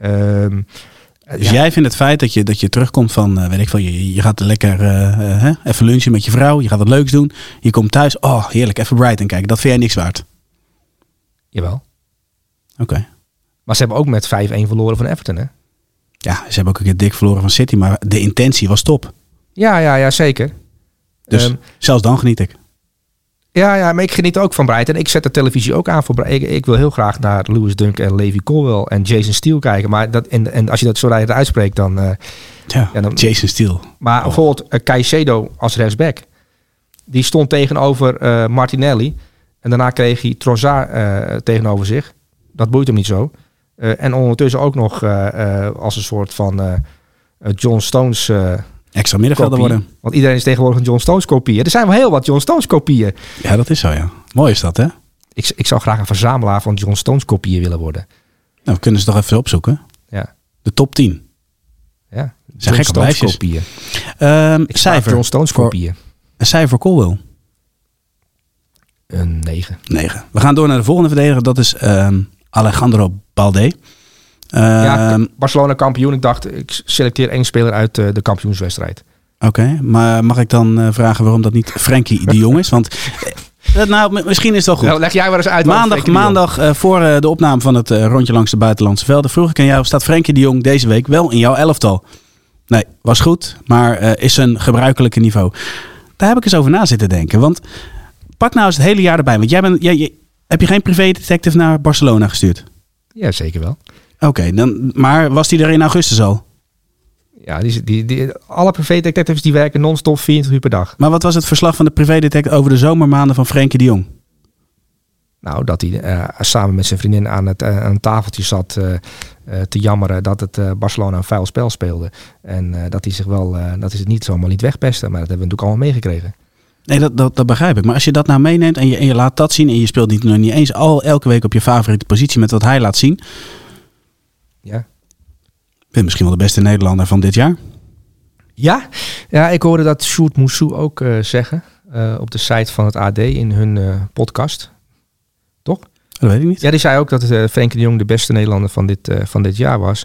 Dus jij vindt het feit dat je terugkomt van, weet ik veel, je gaat lekker even lunchen met je vrouw, je gaat wat leuks doen, je komt thuis, oh heerlijk, even Brighton kijken, dat vind jij niks waard? Jawel. Oké. Maar ze hebben ook met 5-1 verloren van Everton, hè? Ja, ze hebben ook een keer dik verloren van City, maar de intentie was top. Ja, zeker. Dus zelfs dan geniet ik. Ja, maar ik geniet ook van Brighton. Ik zet de televisie ook aan voor Brighton. Ik wil heel graag naar Lewis Dunk en Levi Colwill en Jason Steele kijken. Maar en als je dat zo uitspreekt, dan... dan Jason Steele. Maar bijvoorbeeld Caicedo als rechtsback. Die stond tegenover Martinelli. En daarna kreeg hij Trossard tegenover zich. Dat boeit hem niet zo. En ondertussen ook nog als een soort van John Stones... extra middenvelder worden. Want iedereen is tegenwoordig een John Stones kopieën. Er zijn wel heel wat John Stones kopieën. Ja, dat is zo, ja. Mooi is dat, hè? Ik zou graag een verzamelaar van John Stones kopieën willen worden. Nou, we kunnen ze toch even opzoeken. Ja. De top 10. Ja. Zijn gekke lijstjes. Kopieën. Cijfer. John Stones kopieën. Een cijfer Colwill. Een 9. 9. We gaan door naar de volgende verdediger. Dat is Alejandro Balde. Barcelona kampioen. Ik dacht, ik selecteer 1 speler uit de kampioenswedstrijd. Oké, maar mag ik dan vragen waarom dat niet Frenkie de Jong is? Want misschien is het wel goed. Nou, leg jij maar eens uit. Maandag voor de opname van het rondje langs de buitenlandse velden vroeg ik aan jou, staat Frenkie de Jong deze week wel in jouw elftal? Nee, was goed, maar is een gebruikelijke niveau. Daar heb ik eens over na zitten denken. Want pak nou eens het hele jaar erbij. Want heb je geen privédetective naar Barcelona gestuurd? Ja, zeker wel. Oké, maar was die er in augustus al? Ja, alle privédetectives die werken non-stop 24 uur per dag. Maar wat was het verslag van de privédetective over de zomermaanden van Frenkie de Jong? Nou, dat hij samen met zijn vriendin aan een tafeltje zat te jammeren dat het Barcelona een vuil spel speelde. En dat is het niet zomaar niet wegpesten. Maar dat hebben we natuurlijk allemaal meegekregen. Nee, dat begrijp ik. Maar als je dat nou meeneemt en je laat dat zien en je speelt nog niet eens elke week op je favoriete positie met wat hij laat zien. Ja. Ben misschien wel de beste Nederlander van dit jaar. Ja, ik hoorde dat Sjoerd Moussou ook zeggen op de site van het AD in hun podcast. Toch? Dat weet ik niet. Ja, die zei ook dat Frenkie de Jong de beste Nederlander van dit jaar was.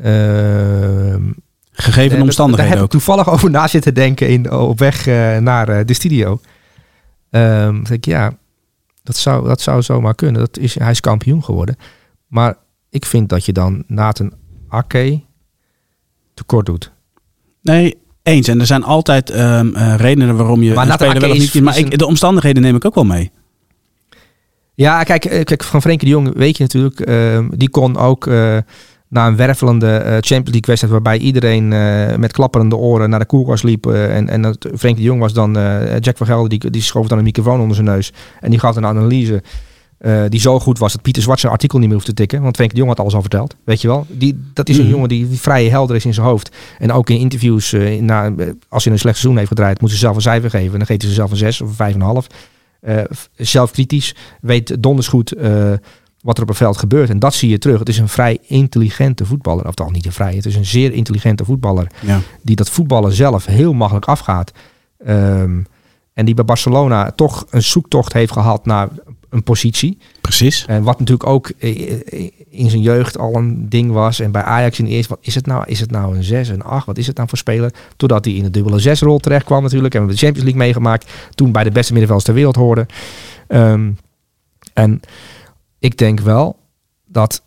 Gegeven de omstandigheden daar heb ik ook. toevallig over na zitten denken op weg naar de studio. Denk ik, ja, dat zou zomaar kunnen. Hij is kampioen geworden. Maar ik vind dat je dan Nathan Ake tekort doet. Nee, eens. En er zijn altijd redenen waarom je een speler wel of niet... Maar de omstandigheden neem ik ook wel mee. Ja, kijk, van Frenkie de Jong weet je natuurlijk... die kon ook na een wervelende Champions League wedstrijd... waarbij iedereen met klapperende oren naar de koelkast liep... en Frenkie de Jong was dan... Jack van Gelder, die schoof dan een microfoon onder zijn neus... en die gaf een analyse... die zo goed was dat Pieter Zwart zijn artikel niet meer hoeft te tikken. Want Frenkie de Jong had alles al verteld. Weet je wel? Dat is een jongen die vrij helder is in zijn hoofd. En ook in interviews, als hij een slecht seizoen heeft gedraaid... moet ze zelf een cijfer geven. En dan geeft hij zichzelf een 6 of een 5,5. Zelfkritisch. Weet donders goed wat er op het veld gebeurt. En dat zie je terug. Het is een vrij intelligente voetballer. Of toch niet een vrij. Het is een zeer intelligente voetballer. Ja. Die dat voetballen zelf heel makkelijk afgaat. En die bij Barcelona toch een zoektocht heeft gehad naar een positie. Precies. En wat natuurlijk ook in zijn jeugd al een ding was. En bij Ajax in de eerste, wat is het nou een 6, een 8? Wat is het nou voor speler? Totdat hij in de dubbele 6-rol terecht kwam natuurlijk. En we de Champions League meegemaakt. Toen bij de beste middenvelders ter wereld hoorde. En ik denk wel dat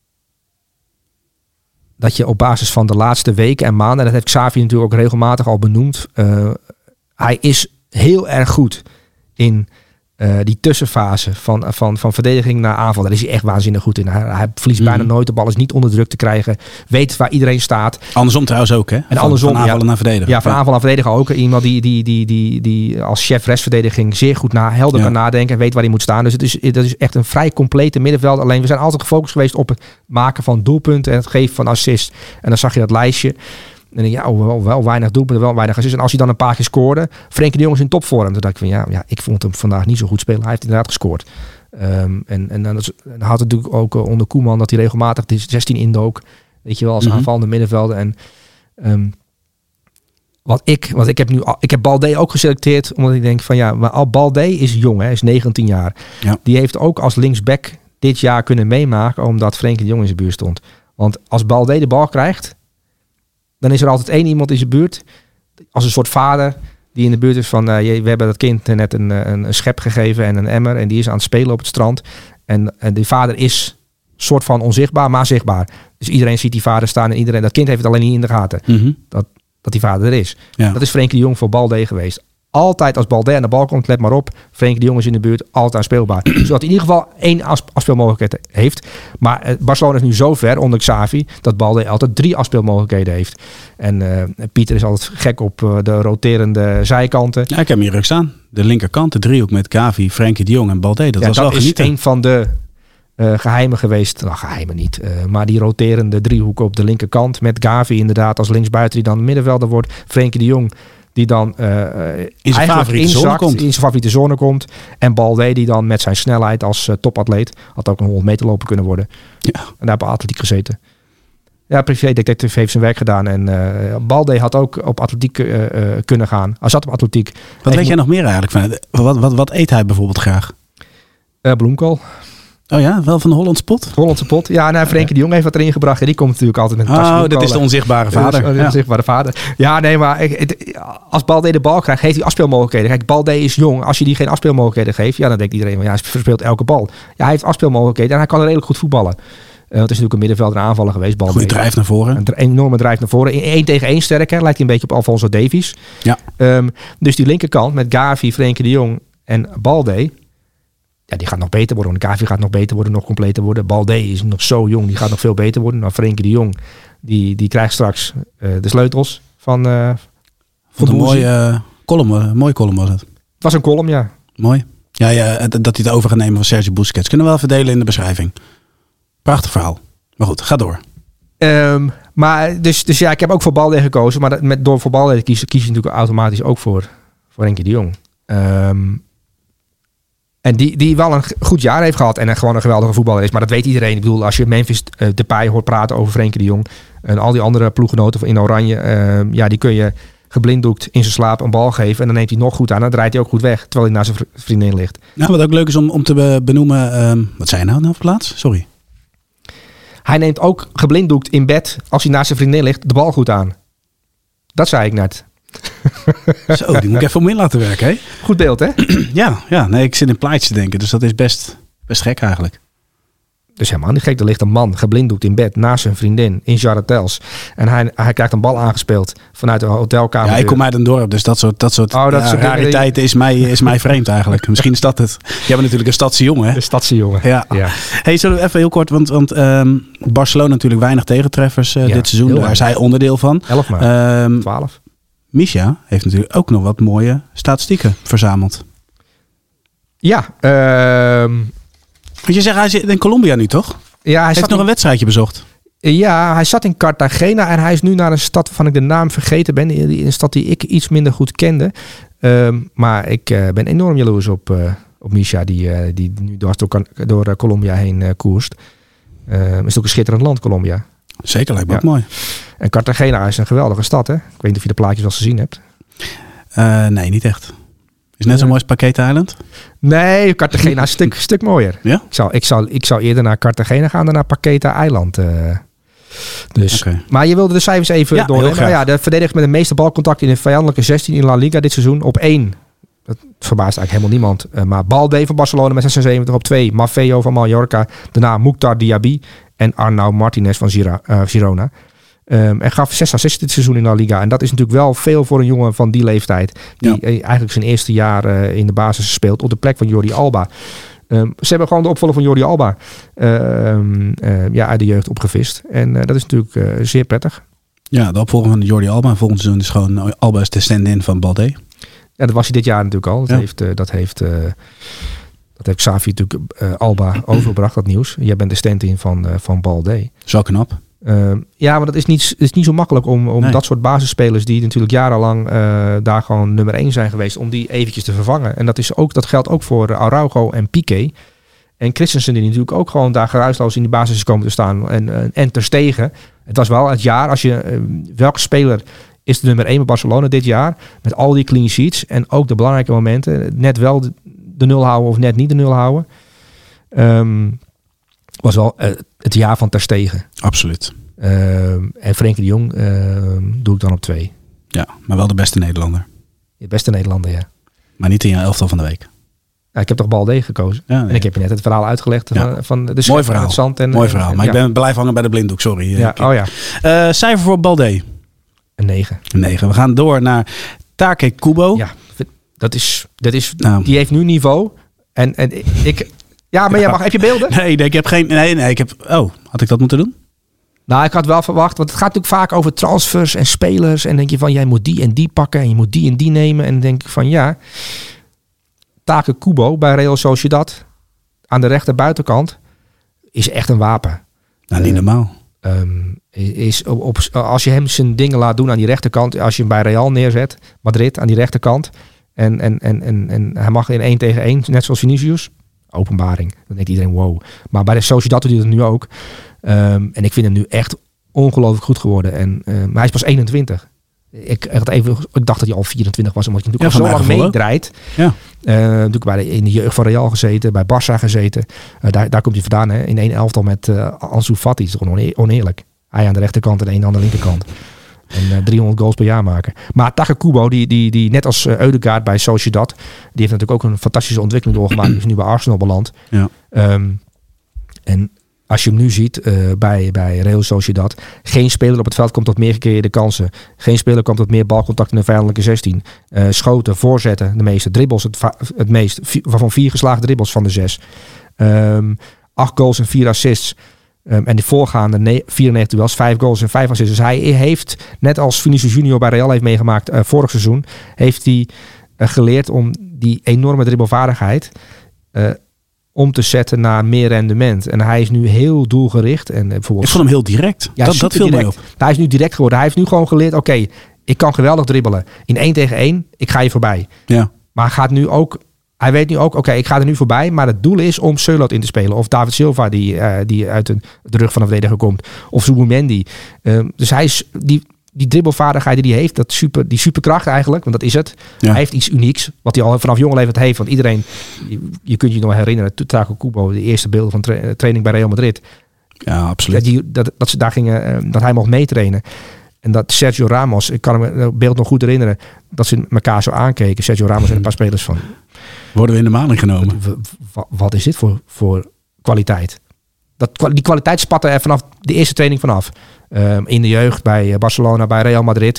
je op basis van de laatste weken en maanden... en dat heeft Xavi natuurlijk ook regelmatig al benoemd... hij is heel erg goed in die tussenfase van verdediging naar aanval. Daar is hij echt waanzinnig goed in. Hij verliest bijna nooit. De bal is niet onder druk te krijgen. Weet waar iedereen staat. Andersom trouwens ook, hè? En andersom, van aanvallen naar verdedigen. Ja, van aanval naar verdedigen ook. Iemand die als chef restverdediging zeer goed helder kan nadenken. En weet waar hij moet staan. Dus dat is echt een vrij complete middenveld. Alleen we zijn altijd gefocust geweest op het maken van doelpunten. En het geven van assist. En dan zag je dat lijstje. En dan denk je, wel weinig doelpunten, wel weinig assist. En als hij dan een paar keer scoorde, Frenkie de Jong is in topvorm. Toen dacht ik van ik vond hem vandaag niet zo goed spelen. Hij heeft inderdaad gescoord. En dan had het natuurlijk ook onder Koeman dat hij regelmatig de 16 indook. Weet je wel, als aanvallende middenvelder. En ik heb Balde ook geselecteerd, omdat ik denk van maar Balde is jong, hè, is 19 jaar. Ja. Die heeft ook als linksback dit jaar kunnen meemaken, omdat Frenkie de Jong in zijn buurt stond. Want als Balde de bal krijgt, dan is er altijd één iemand in zijn buurt, als een soort vader, die in de buurt is van, we hebben dat kind net een schep gegeven en een emmer, en die is aan het spelen op het strand. En die vader is soort van onzichtbaar, maar zichtbaar. Dus iedereen ziet die vader staan en dat kind heeft het alleen niet in de gaten. Dat die vader er is. Ja. Dat is Frenkie de Jong voor Balde geweest. Altijd als Balde aan de bal komt, let maar op. Frenkie de Jong is in de buurt, altijd speelbaar. Zodat hij in ieder geval 1 afspeelmogelijkheid heeft. Maar Barcelona is nu zo ver onder Xavi dat Balde altijd 3 afspeelmogelijkheden heeft. En Pieter is altijd gek op de roterende zijkanten. Ja, ik heb hem hier ook staan. De linkerkant, de driehoek met Gavi, Frenkie de Jong en Balde. Dat was wel genieten. Is een van de geheimen geweest. Nou, geheimen niet. Maar die roterende driehoek op de linkerkant met Gavi inderdaad als linksbuiten die dan middenvelder wordt. Frenkie de Jong die dan in zijn favoriete zone komt. En Balde die dan met zijn snelheid als topatleet, had ook een 100 meter lopen kunnen worden. Ja. En daar heb ik atletiek gezeten. Ja, privédetective heeft zijn werk gedaan. En Balde had ook op atletiek kunnen gaan. Hij zat op atletiek. Wat weet jij nog meer eigenlijk van? Wat eet hij bijvoorbeeld graag? Bloemkool. Oh ja, wel van de Hollandse pot? Hollandse pot. Ja, Frenkie de Jong heeft wat erin gebracht. En die komt natuurlijk altijd met een tasje bloemkool. Dat is de onzichtbare vader. De onzichtbare vader. Ja, nee, maar als Balde de bal krijgt, heeft hij afspeelmogelijkheden. Kijk, Balde is jong. Als je die geen afspeelmogelijkheden geeft, dan denkt iedereen, hij verspeelt elke bal. Ja, hij heeft afspeelmogelijkheden en hij kan redelijk goed voetballen. Het is natuurlijk een middenvelder aanvaller geweest. Balde. Goeie drijf naar voren. Een enorme drijf naar voren. 1 tegen 1 sterker. Lijkt hij een beetje op Alphonso Davies. Ja. Dus die linkerkant met Gavi, Frenkie de Jong en Balde. Ja, die gaat nog beter worden. Gavi gaat nog beter worden, nog completer worden. Balde is nog zo jong, die gaat nog veel beter worden. Nou, Frenkie de Jong, die krijgt straks de sleutels van een mooie column was het. Het was een column, ja. Mooi. Ja, dat hij het over gaat nemen van Sergio Busquets. Kunnen we wel verdelen in de beschrijving. Prachtig verhaal. Maar goed, ga door. Maar dus ja, ik heb ook voor Balde gekozen. Maar door voor Balde kies je natuurlijk automatisch ook voor Frenkie de Jong. En die wel een goed jaar heeft gehad. En gewoon een geweldige voetballer is. Maar dat weet iedereen. Ik bedoel, als je Memphis Depay hoort praten over Frenkie de Jong. En al die andere ploeggenoten in Oranje. Die kun je geblinddoekt in zijn slaap een bal geven. En dan neemt hij nog goed aan. Dan draait hij ook goed weg. Terwijl hij naast zijn vriendin ligt. Nou, wat ook leuk is om te benoemen. Wat zei je nou op plaats? Sorry. Hij neemt ook geblinddoekt in bed, als hij naast zijn vriendin ligt, de bal goed aan. Dat zei ik net. Zo, die moet ik even om in laten werken, hè? Goed beeld, hè? Ja, nee, ik zit in plaatjes te denken. Dus dat is best gek eigenlijk. Dus helemaal niet gek. Er ligt een man geblinddoekt in bed naast zijn vriendin in Jarretels. En hij krijgt een bal aangespeeld vanuit de hotelkamer. Ja, ik kom uit een dorp, dus dat soort rariteiten is mij vreemd eigenlijk. Misschien is dat het. Jij bent natuurlijk een stadse jongen, hè? De stadse jongen. Ja. Hey, zullen we even heel kort, want Barcelona natuurlijk weinig tegentreffers dit seizoen. Daar is hij onderdeel van. 11 maar. 12. Misha heeft natuurlijk ook nog wat mooie statistieken verzameld. Ja. Want je zegt, hij zit in Colombia nu, toch? Ja, hij heeft nog een wedstrijdje bezocht. Ja, hij zat in Cartagena en hij is nu naar een stad waarvan ik de naam vergeten ben. Een stad die ik iets minder goed kende. Maar ik ben enorm jaloers op Misha, die nu door Colombia heen koerst. Is ook een schitterend land, Colombia. Zeker, lijkt me ook mooi. En Cartagena is een geweldige stad, hè? Ik weet niet of je de plaatjes al gezien hebt. Nee, niet echt. Is net zo mooi als Paqueta Island? Nee, Cartagena is een stuk mooier. Ja? Ik zou eerder naar Cartagena gaan dan naar Paqueta Island. Okay. Maar je wilde de cijfers even doornemen. Nou ja, de verdediger met de meeste balcontact in de vijandelijke 16 in La Liga dit seizoen. Op 1, dat verbaast eigenlijk helemaal niemand. Maar Balde van Barcelona met 76. Op 2, Maffeo van Mallorca. Daarna Mukhtar Diaby en Arnau Martinez van Girona. En gaf 6 assists dit seizoen in La Liga. En dat is natuurlijk wel veel voor een jongen van die leeftijd. Die eigenlijk zijn eerste jaar in de basis speelt. Op de plek van Jordi Alba. Ze hebben gewoon de opvolger van Jordi Alba uit de jeugd opgevist. En dat is natuurlijk zeer prettig. Ja, de opvolger van Jordi Alba. Volgend seizoen is gewoon Alba is de stand-in van Balde. Ja, dat was hij dit jaar natuurlijk al. Dat heeft Xavi natuurlijk Alba overgebracht, dat nieuws. Jij bent de stand-in van Balde. Zo knap. Maar dat is niet zo makkelijk om dat soort basisspelers die natuurlijk jarenlang daar gewoon nummer 1 zijn geweest, om die eventjes te vervangen. En dat geldt ook voor Araujo en Piqué. En Christensen die natuurlijk ook gewoon daar geruisloos in die basis is komen te staan. En ter stegen. Het was wel het jaar, als je welke speler is de nummer 1 bij Barcelona dit jaar, met al die clean sheets en ook de belangrijke momenten, net wel de 0 houden of net niet de 0 houden. Was wel het jaar van ter stegen. Absoluut. En Frenkie de Jong doe ik dan op 2. Ja, maar wel de beste Nederlander. De beste Nederlander, ja. Maar niet in jouw elftal van de week. Ja, ik heb toch Balde gekozen. Ja, nee. En ik heb je net het verhaal uitgelegd van de mooi verhaal. Het zand. Mooi verhaal, maar ik blijf hangen bij de blinddoek, sorry. Cijfer voor Balde? Een 9. Een 9. We gaan door naar Take Kubo. Ja, dat is die heeft nu niveau. En ik... Ja, maar jij mag. Heb je beelden? Nee, ik heb geen... Nee, ik heb... Oh, had ik dat moeten doen? Nou, ik had wel verwacht, want het gaat natuurlijk vaak over transfers en spelers. En denk je van, jij moet die en die pakken en je moet die en die nemen. En dan denk ik van, ja, Take Kubo bij Real Sociedad aan de rechter buitenkant is echt een wapen. Nou, niet normaal. Als je hem zijn dingen laat doen aan die rechterkant, als je hem bij Real neerzet, Madrid aan die rechterkant, en hij mag in 1 tegen 1, net zoals Vinicius, openbaring. Dan denkt iedereen, wow. Maar bij de Sociedad doet hij het nu ook. En ik vind hem nu echt ongelooflijk goed geworden. Maar hij is pas 21. Ik dacht dat hij al 24 was, omdat hij natuurlijk al zo lang meedraait. Ja. Natuurlijk in de jeugd van Real gezeten, bij Barça gezeten. Daar komt hij vandaan, hè? In 1 elftal met Ansu Fati. Dat is gewoon oneerlijk. Hij aan de rechterkant en 1 aan de linkerkant. En 300 goals per jaar maken. Maar Take Kubo, die net als Ødegaard bij Sociedad, die heeft natuurlijk ook een fantastische ontwikkeling doorgemaakt. Die is nu bij Arsenal beland. Ja. En als je hem nu ziet bij Real Sociedad, geen speler op het veld komt tot meer gecreëerde kansen. Geen speler komt tot meer balcontact in de vijandelijke 16. Schoten, voorzetten, de meeste. Dribbles het meest. Waarvan 4 geslaagde dribbles van de 6. 8 goals en 4 assists. En de voorgaande 94 duels, 5 goals en 5 assists. Dus hij heeft, net als Vinicius Junior bij Real heeft meegemaakt vorig seizoen, heeft hij geleerd om die enorme dribbelvaardigheid om te zetten naar meer rendement. En hij is nu heel doelgericht. En bijvoorbeeld, Ik vond hem heel direct. Ja, dat viel mij op. Hij is nu direct geworden. Hij heeft nu gewoon geleerd, oké, ik kan geweldig dribbelen. In 1 tegen 1, ik ga je voorbij. Ja. Maar hij weet nu ook, oké, ik ga er nu voorbij. Maar het doel is om Sørloth in te spelen. Of David Silva, die uit de rug van de verdediger komt. Of Zubimendi. Dus hij is die dribbelvaardigheid die hij heeft, die superkracht eigenlijk, want dat is het. Ja. Hij heeft iets unieks, wat hij al vanaf jonge leeftijd heeft. Want iedereen, je kunt je nog herinneren, Taco Kubo, de eerste beelden van training bij Real Madrid. Ja, absoluut. Dat ze daar gingen, dat hij mocht meetrainen. En dat Sergio Ramos, ik kan me het beeld nog goed herinneren, dat ze elkaar zo aankeken. Sergio Ramos en een paar spelers van... Worden we in de maling genomen? Wat is dit voor kwaliteit? Die kwaliteit spatte er vanaf de eerste training vanaf. In de jeugd, bij Barcelona, bij Real Madrid.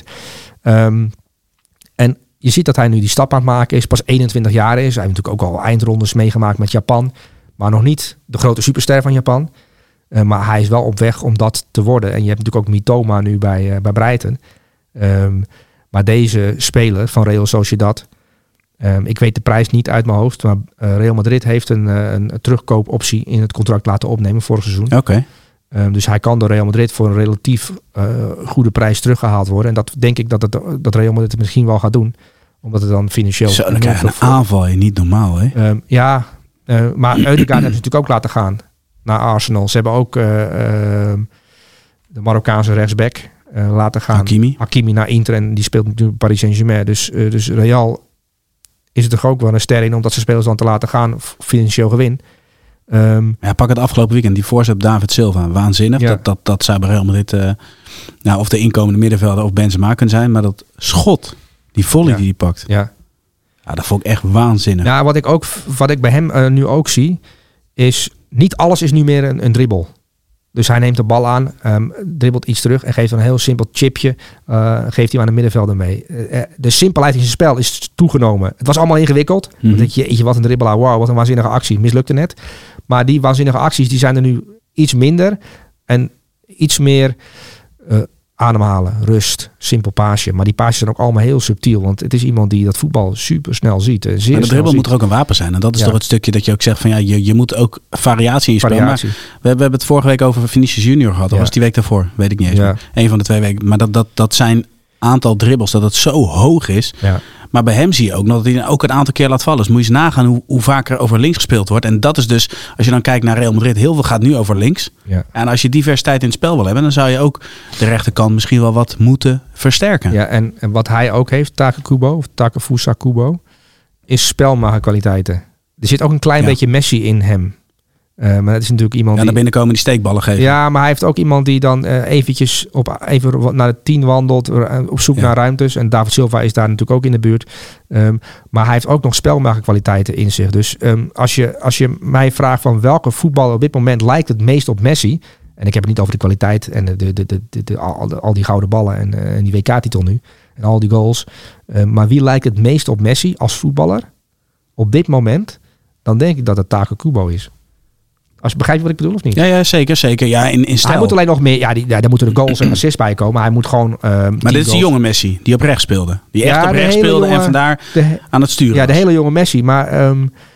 En je ziet dat hij nu die stap aan het maken is. Pas 21 jaar is. Hij heeft natuurlijk ook al eindrondes meegemaakt met Japan. Maar nog niet de grote superster van Japan. Maar hij is wel op weg om dat te worden. En je hebt natuurlijk ook Mitoma nu bij Brighton. Maar deze speler van Real Sociedad... ik weet de prijs niet uit mijn hoofd. Maar Real Madrid heeft een terugkoopoptie in het contract laten opnemen vorig seizoen. Oké. Dus hij kan door Real Madrid voor een relatief goede prijs teruggehaald worden. En dat denk ik dat Real Madrid het misschien wel gaat doen. Omdat het dan financieel... Zo, dan krijg je een aanval. Niet normaal, hè? Maar Ødegaard hebben ze natuurlijk ook laten gaan naar Arsenal. Ze hebben ook de Marokkaanse rechtsback laten gaan. Hakimi naar Inter en die speelt natuurlijk Paris Saint-Germain. Dus Real is het toch ook wel een ster in om dat ze spelers dan te laten gaan. Financieel gewin. Pak het afgelopen weekend. Die voorzet op David Silva. Waanzinnig. Ja. Dat zou bij Real Madrid of de inkomende middenvelder of Benzema kunnen zijn. Maar dat schot, die volley die hij pakt. Ja, dat vond ik echt waanzinnig. Ja, wat ik bij hem nu ook zie, is niet alles is nu meer een dribbel. Dus hij neemt de bal aan, dribbelt iets terug en geeft een heel simpel chipje. Geeft hij aan de middenvelder mee. De simpelheid in zijn spel is toegenomen. Het was allemaal ingewikkeld. Dan denk je, wat een dribbelaar. Wow, wat een waanzinnige actie. Mislukte net. Maar die waanzinnige acties die zijn er nu iets minder. En iets meer ademhalen, rust, simpel paasje. Maar die paasjes zijn ook allemaal heel subtiel. Want het is iemand die dat voetbal super snel ziet. Maar de dribbel moet er ook een wapen zijn. En dat is toch het stukje dat je ook zegt van je moet ook variatie in je spel. Maar we hebben het vorige week over Vinicius Junior gehad. Of was die week daarvoor? Weet ik niet eens. Een van de 2 weken. Maar dat zijn aantal dribbels, dat het zo hoog is. Ja. Maar bij hem zie je ook nog dat hij ook een aantal keer laat vallen. Dus moet je eens nagaan hoe vaak er over links gespeeld wordt. En dat is dus, als je dan kijkt naar Real Madrid, heel veel gaat nu over links. Ja. En als je diversiteit in het spel wil hebben, dan zou je ook de rechterkant misschien wel wat moeten versterken. Ja, en wat hij ook heeft, Takefusa Kubo, is spelmakerkwaliteiten. Er zit ook een klein beetje Messi in hem. Maar dat is natuurlijk iemand die... naar binnen komen die steekballen geven. Ja, maar hij heeft ook iemand die dan eventjes even naar de 10 wandelt, op zoek naar ruimtes. En David Silva is daar natuurlijk ook in de buurt. Maar hij heeft ook nog spelmakerkwaliteiten in zich. Dus als je mij vraagt van welke voetballer op dit moment lijkt het meest op Messi. En ik heb het niet over de kwaliteit en al die gouden ballen en die WK-titel nu. En al die goals. Maar wie lijkt het meest op Messi als voetballer op dit moment? Dan denk ik dat het Taco Kubo is. Als je begrijpt wat ik bedoel of niet? Ja, zeker. Ja, in stijl. Hij moet alleen nog meer... Ja, daar moeten de goals en assists bij komen. Hij moet gewoon... maar dit is de jonge Messi, die op rechts speelde. Die echt op rechts speelde en vandaar aan het sturen de hele jonge Messi. Maar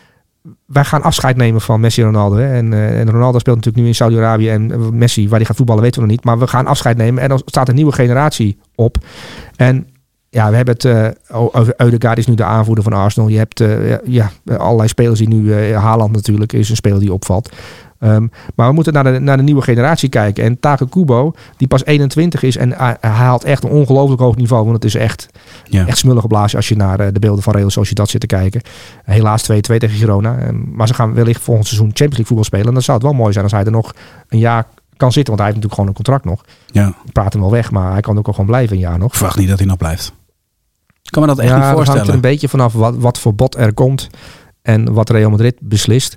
wij gaan afscheid nemen van Messi en Ronaldo. Hè. En Ronaldo speelt natuurlijk nu in Saudi-Arabië. En Messi, waar hij gaat voetballen, weten we nog niet. Maar we gaan afscheid nemen. En dan staat een nieuwe generatie op. En... Ja, we hebben het over Ødegaard is nu de aanvoerder van Arsenal. Je hebt allerlei spelers die nu... Haaland natuurlijk is een speler die opvalt. Maar we moeten naar de nieuwe generatie kijken. En Taco Kubo, die pas 21 is... en hij haalt echt een ongelooflijk hoog niveau. Want het is echt smullig geblazen als je naar de beelden van Real Sociedad zit te kijken. Helaas 2-2 tegen Girona. Maar ze gaan wellicht volgend seizoen Champions League voetbal spelen. En dan zou het wel mooi zijn als hij er nog een jaar... kan zitten, want hij heeft natuurlijk gewoon een contract nog. Ja. Ik praat hem wel weg, maar hij kan ook al gewoon blijven een jaar nog. Ik verwacht niet dat hij nog blijft. Ik kan me dat echt niet voorstellen. Het hangt er een beetje vanaf wat voor bod er komt en wat Real Madrid beslist.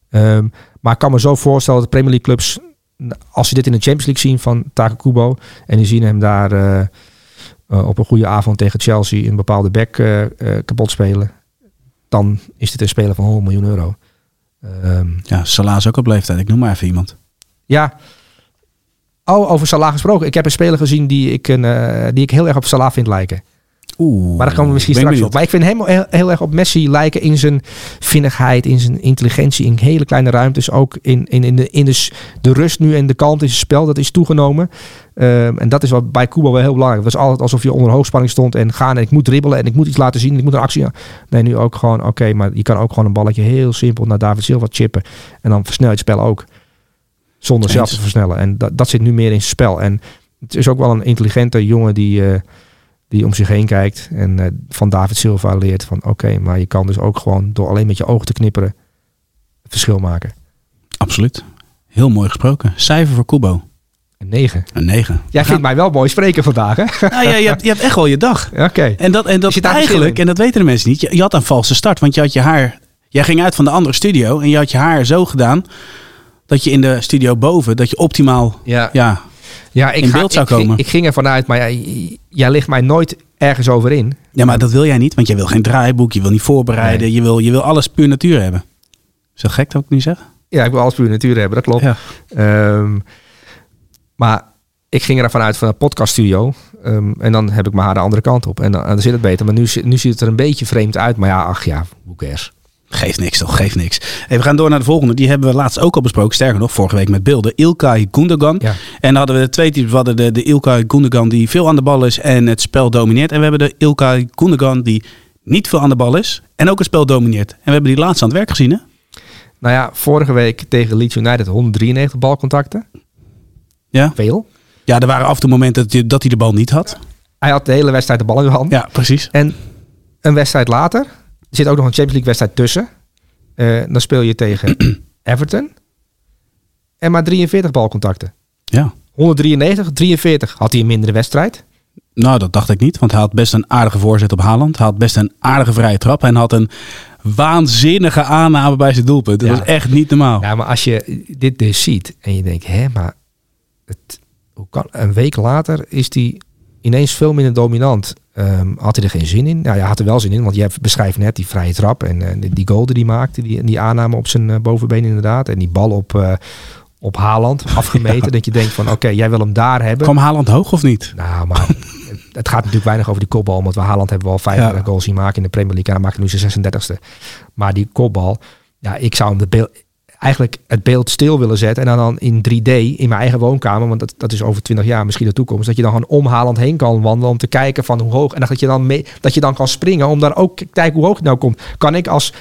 Maar ik kan me zo voorstellen dat de Premier League clubs, als ze dit in de Champions League zien van Taco Kubo en die zien hem daar op een goede avond tegen Chelsea een bepaalde back kapot spelen, dan is dit een speler van €100 miljoen. Salah is ook op leeftijd. Ik noem maar even iemand. Ja. Over Salah gesproken. Ik heb een speler gezien die ik heel erg op Salah vind lijken. Maar daar komen we misschien ben straks benieuwd. op. Maar ik vind hem heel erg op Messi lijken in zijn vinnigheid, in zijn intelligentie, in hele kleine ruimtes. Ook in de rust nu en de kalmte in zijn spel, dat is toegenomen. En dat is wat bij Kubo wel heel belangrijk. Het was altijd alsof je onder hoogspanning stond en gaan en ik moet dribbelen en ik moet iets laten zien en ik moet een actie. Nee, nu ook gewoon, oké, maar je kan ook gewoon een balletje heel simpel naar David Silva chippen. En dan versnel je het spel ook. Zonder zelf te versnellen. En dat zit nu meer in zijn spel. En het is ook wel een intelligente jongen die om zich heen kijkt. En van David Silva leert van oké, maar je kan dus ook gewoon door alleen met je ogen te knipperen het verschil maken. Absoluut. Heel mooi gesproken. Cijfer voor Kubo. Een 9. Een 9. Jij vindt mij wel mooi spreken vandaag, hè? Nou, je hebt echt wel je dag. Oké. En dat Zit daar eigenlijk, verschil in? en dat weten de mensen niet, je had een valse start. Want je had je haar, jij ging uit van de andere studio en je had je haar zo gedaan dat je in de studio boven, dat je optimaal in beeld zou komen. Ik ging ervan uit, maar jij ligt mij nooit ergens over in. Ja, maar dat wil jij niet, want jij wil geen draaiboek, je wil niet voorbereiden, Nee. je wil alles puur natuur hebben. Is dat gek dat ik nu zeg? Ja, ik wil alles puur natuur hebben, dat klopt. Ja. Maar ik ging ervan uit van een podcaststudio. En dan heb ik mijn haar de andere kant op. En dan zit het beter. Maar nu ziet het er een beetje vreemd uit. Maar ja, who cares? Geeft niks toch, geeft niks. Hey, we gaan door naar de volgende. Die hebben we laatst ook al besproken. Sterker nog, vorige week met beelden. İlkay Gundogan. Ja. En dan hadden we twee types. We hadden de İlkay Gundogan die veel aan de bal is en het spel domineert. En we hebben de İlkay Gundogan die niet veel aan de bal is en ook het spel domineert. En we hebben die laatst aan het werk gezien, hè? Nou ja, vorige week tegen Leeds United 193 balcontacten. Ja. Veel. Ja, er waren af en toe momenten dat hij de bal niet had. Hij had de hele wedstrijd de bal in zijn hand. Ja, precies. En een wedstrijd later, er zit ook nog een Champions League wedstrijd tussen. Dan speel je tegen Everton. En maar 43 balcontacten. Ja. 193, 43. Had hij een mindere wedstrijd? Nou, dat dacht ik niet. Want hij had best een aardige voorzet op Haaland. Hij had best een aardige vrije trap. En had een waanzinnige aanname bij zijn doelpunt. Dat was echt niet normaal. Ja, maar als je dit dus ziet en je denkt, maar hoe kan een week later is hij ineens veel minder dominant. Had hij er geen zin in? Nou ja, had er wel zin in, want je beschrijft net die vrije trap en die goal die hij maakte, die aanname op zijn bovenbeen inderdaad. En die bal op Haaland afgemeten. Dat je denkt van oké, jij wil hem daar hebben. Kwam Haaland hoog of niet? Nou, maar het gaat natuurlijk weinig over die kopbal. Want we Haaland hebben we al 35 goals zien maken in de Premier League. En hij maakt nu zijn 36e. Maar die kopbal, ja, ik zou hem eigenlijk het beeld stil willen zetten. En dan in 3D in mijn eigen woonkamer. Want dat is over 20 jaar misschien de toekomst. Dat je dan gewoon om Haaland heen kan wandelen. Om te kijken van hoe hoog. En dat je dan kan springen. Om daar ook te kijken hoe hoog het nou komt. Kan ik als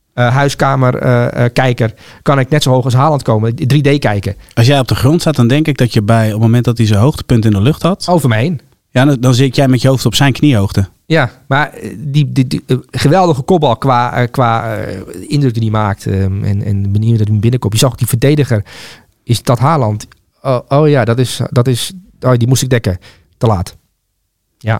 huiskamerkijker kan ik net zo hoog als Haaland komen. 3D kijken. Als jij op de grond staat, dan denk ik dat je op het moment dat hij zijn hoogtepunt in de lucht had. Over me heen. Ja, dan zit jij met je hoofd op zijn kniehoogte. Ja, maar die geweldige kopbal qua indruk die hij maakt en de manier dat hij binnenkomt. Je zag ook die verdediger. Is dat Haaland? Oh ja, dat is. Oh, die moest ik dekken. Te laat. Ja.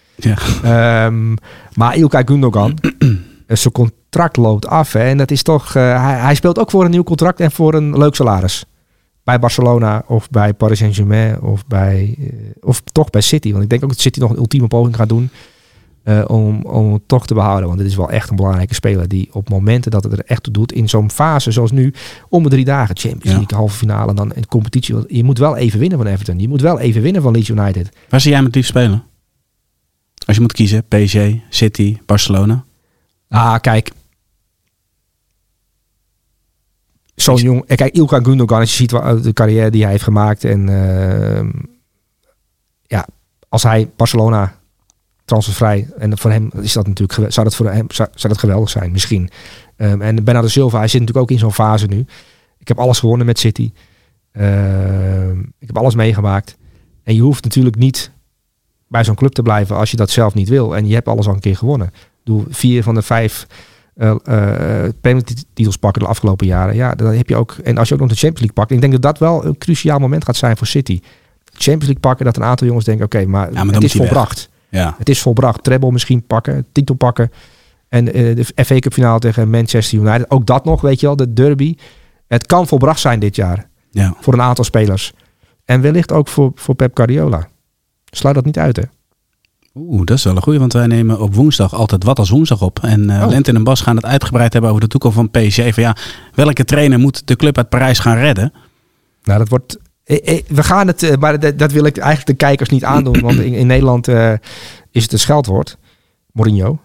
Maar İlkay Gundogan, zijn contract loopt af. Hè, en dat is toch. Hij speelt ook voor een nieuw contract en voor een leuk salaris. Bij Barcelona of bij Paris Saint-Germain of toch bij City. Want ik denk ook dat City nog een ultieme poging gaat doen om het toch te behouden. Want dit is wel echt een belangrijke speler die op momenten dat het er echt toe doet, in zo'n fase zoals nu, om de 3 dagen, Champions League, halve finale, dan in competitie. Je moet wel even winnen van Everton. Je moet wel even winnen van Leeds United. Waar zie jij met liefst spelen? Als je moet kiezen, PSG, City, Barcelona. Kijk. Zo'n jong. Kijk, İlkay Gundogan, als je ziet de carrière die hij heeft gemaakt. En als hij Barcelona transfervrij. En voor hem is dat natuurlijk. Zou dat geweldig zijn, misschien. En Bernardo Silva, hij zit natuurlijk ook in zo'n fase nu. Ik heb alles gewonnen met City. Ik heb alles meegemaakt. En je hoeft natuurlijk niet bij zo'n club te blijven als je dat zelf niet wil. En je hebt alles al een keer gewonnen. 4 van de 5 penalty-titels pakken de afgelopen jaren. Ja, dan heb je ook. En als je ook nog de Champions League pakt. Ik denk dat dat wel een cruciaal moment gaat zijn voor City. Champions League pakken, dat een aantal jongens denken, oké, maar het is volbracht. Ja. Het is volbracht. Treble misschien pakken, titel pakken. En de FA Cup finale tegen Manchester United. Ook dat nog, weet je wel, de derby. Het kan volbracht zijn dit jaar. Ja. Voor een aantal spelers. En wellicht ook voor Pep Guardiola. Sluit dat niet uit, hè? Dat is wel een goeie, want wij nemen op woensdag altijd Wat als Woensdag op. En Lente en Bas gaan het uitgebreid hebben over de toekomst van PSG. Van welke trainer moet de club uit Parijs gaan redden? Nou, dat wordt We gaan het, maar dat wil ik eigenlijk de kijkers niet aandoen. Want in Nederland is het een scheldwoord. Mourinho.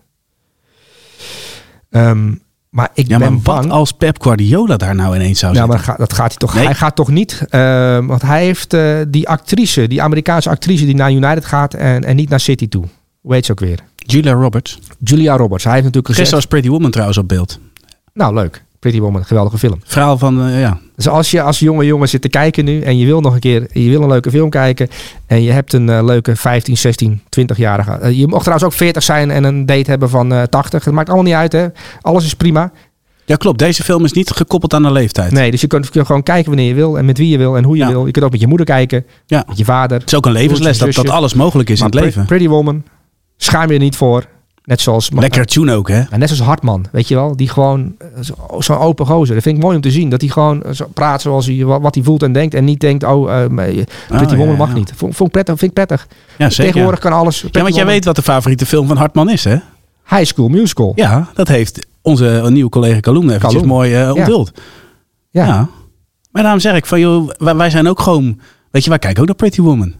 Maar ik ben bang. Wat als Pep Guardiola daar nou ineens zou zitten? Ja, maar dat gaat hij toch. Nee. Hij gaat toch niet. Want hij heeft die Amerikaanse actrice die naar United gaat en niet naar City toe. Hoe heet ze ook weer? Julia Roberts. Hij heeft natuurlijk gezegd. Gisteren was Pretty Woman trouwens op beeld. Nou, leuk. Pretty Woman, geweldige film. Verhaal van, Dus als je als jonge jongen zit te kijken nu en je wil nog een keer, je wil een leuke film kijken en je hebt een leuke 15, 16, 20-jarige. Je mag trouwens ook 40 zijn en een date hebben van 80. Het maakt allemaal niet uit, hè. Alles is prima. Ja, klopt. Deze film is niet gekoppeld aan de leeftijd. Nee, dus je kunt gewoon kijken wanneer je wil en met wie je wil en hoe je wil. Je kunt ook met je moeder kijken, met je vader. Het is ook een levensles dat alles mogelijk is maar in het leven. Pretty Woman, schaam je er niet voor. Net zoals... Lekker tune ook, hè? Net zoals Hartman, weet je wel. Die gewoon zo'n open gozer. Dat vind ik mooi om te zien. Dat hij gewoon praat zoals hij, wat hij voelt en denkt. En niet denkt, Pretty Woman mag niet. Vind ik prettig. Ja, zeker. Tegenwoordig kan alles. Ja, want jij weet wat de favoriete film van Hartman is, hè? High School Musical. Ja, dat heeft onze nieuwe collega Kaloum eventjes mooi onthuld. Ja. Maar daarom zeg ik van, joh, wij zijn ook gewoon... Weet je, wij kijken ook naar Pretty Woman.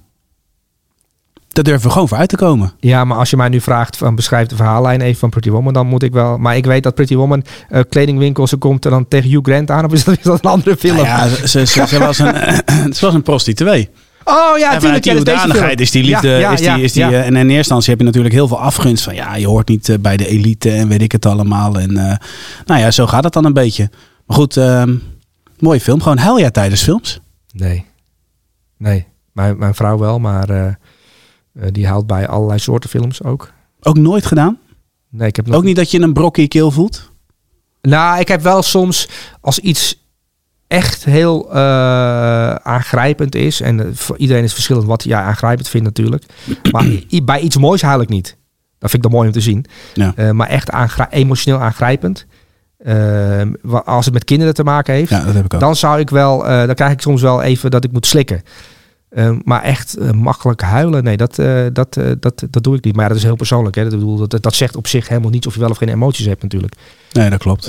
Daar durven we gewoon voor uit te komen. Ja, maar als je mij nu vraagt van beschrijf de verhaallijn even van Pretty Woman, dan moet ik wel. Maar ik weet dat Pretty Woman kledingwinkel, ze komt er dan tegen Hugh Grant aan, of is dat een andere film? Nou ja, ze was een prostituee. Oh ja, natuurlijk. Die hoedanigheid is die liefde. En in eerste instantie heb je natuurlijk heel veel afgunst van je hoort niet bij de elite en weet ik het allemaal. En nou ja, zo gaat het dan een beetje. Maar goed, mooie film. Gewoon huil jij tijdens films? Nee. Mijn vrouw wel, maar die huilt bij allerlei soorten films ook. Ook nooit gedaan? Nee, ik heb nog... Ook niet dat je een brok in je keel voelt? Nou, ik heb wel soms als iets echt heel aangrijpend is. En voor iedereen is verschillend wat hij aangrijpend vindt natuurlijk. Maar bij iets moois huil ik niet. Dat vind ik dan mooi om te zien. Ja. Maar echt emotioneel aangrijpend. Als het met kinderen te maken heeft. Ja, dat heb ik ook. Dan zou ik wel, dan krijg ik soms wel even dat ik moet slikken. Maar echt makkelijk huilen, nee, dat doe ik niet. Maar dat is heel persoonlijk. Hè. Dat zegt op zich helemaal niets of je wel of geen emoties hebt natuurlijk. Nee, dat klopt.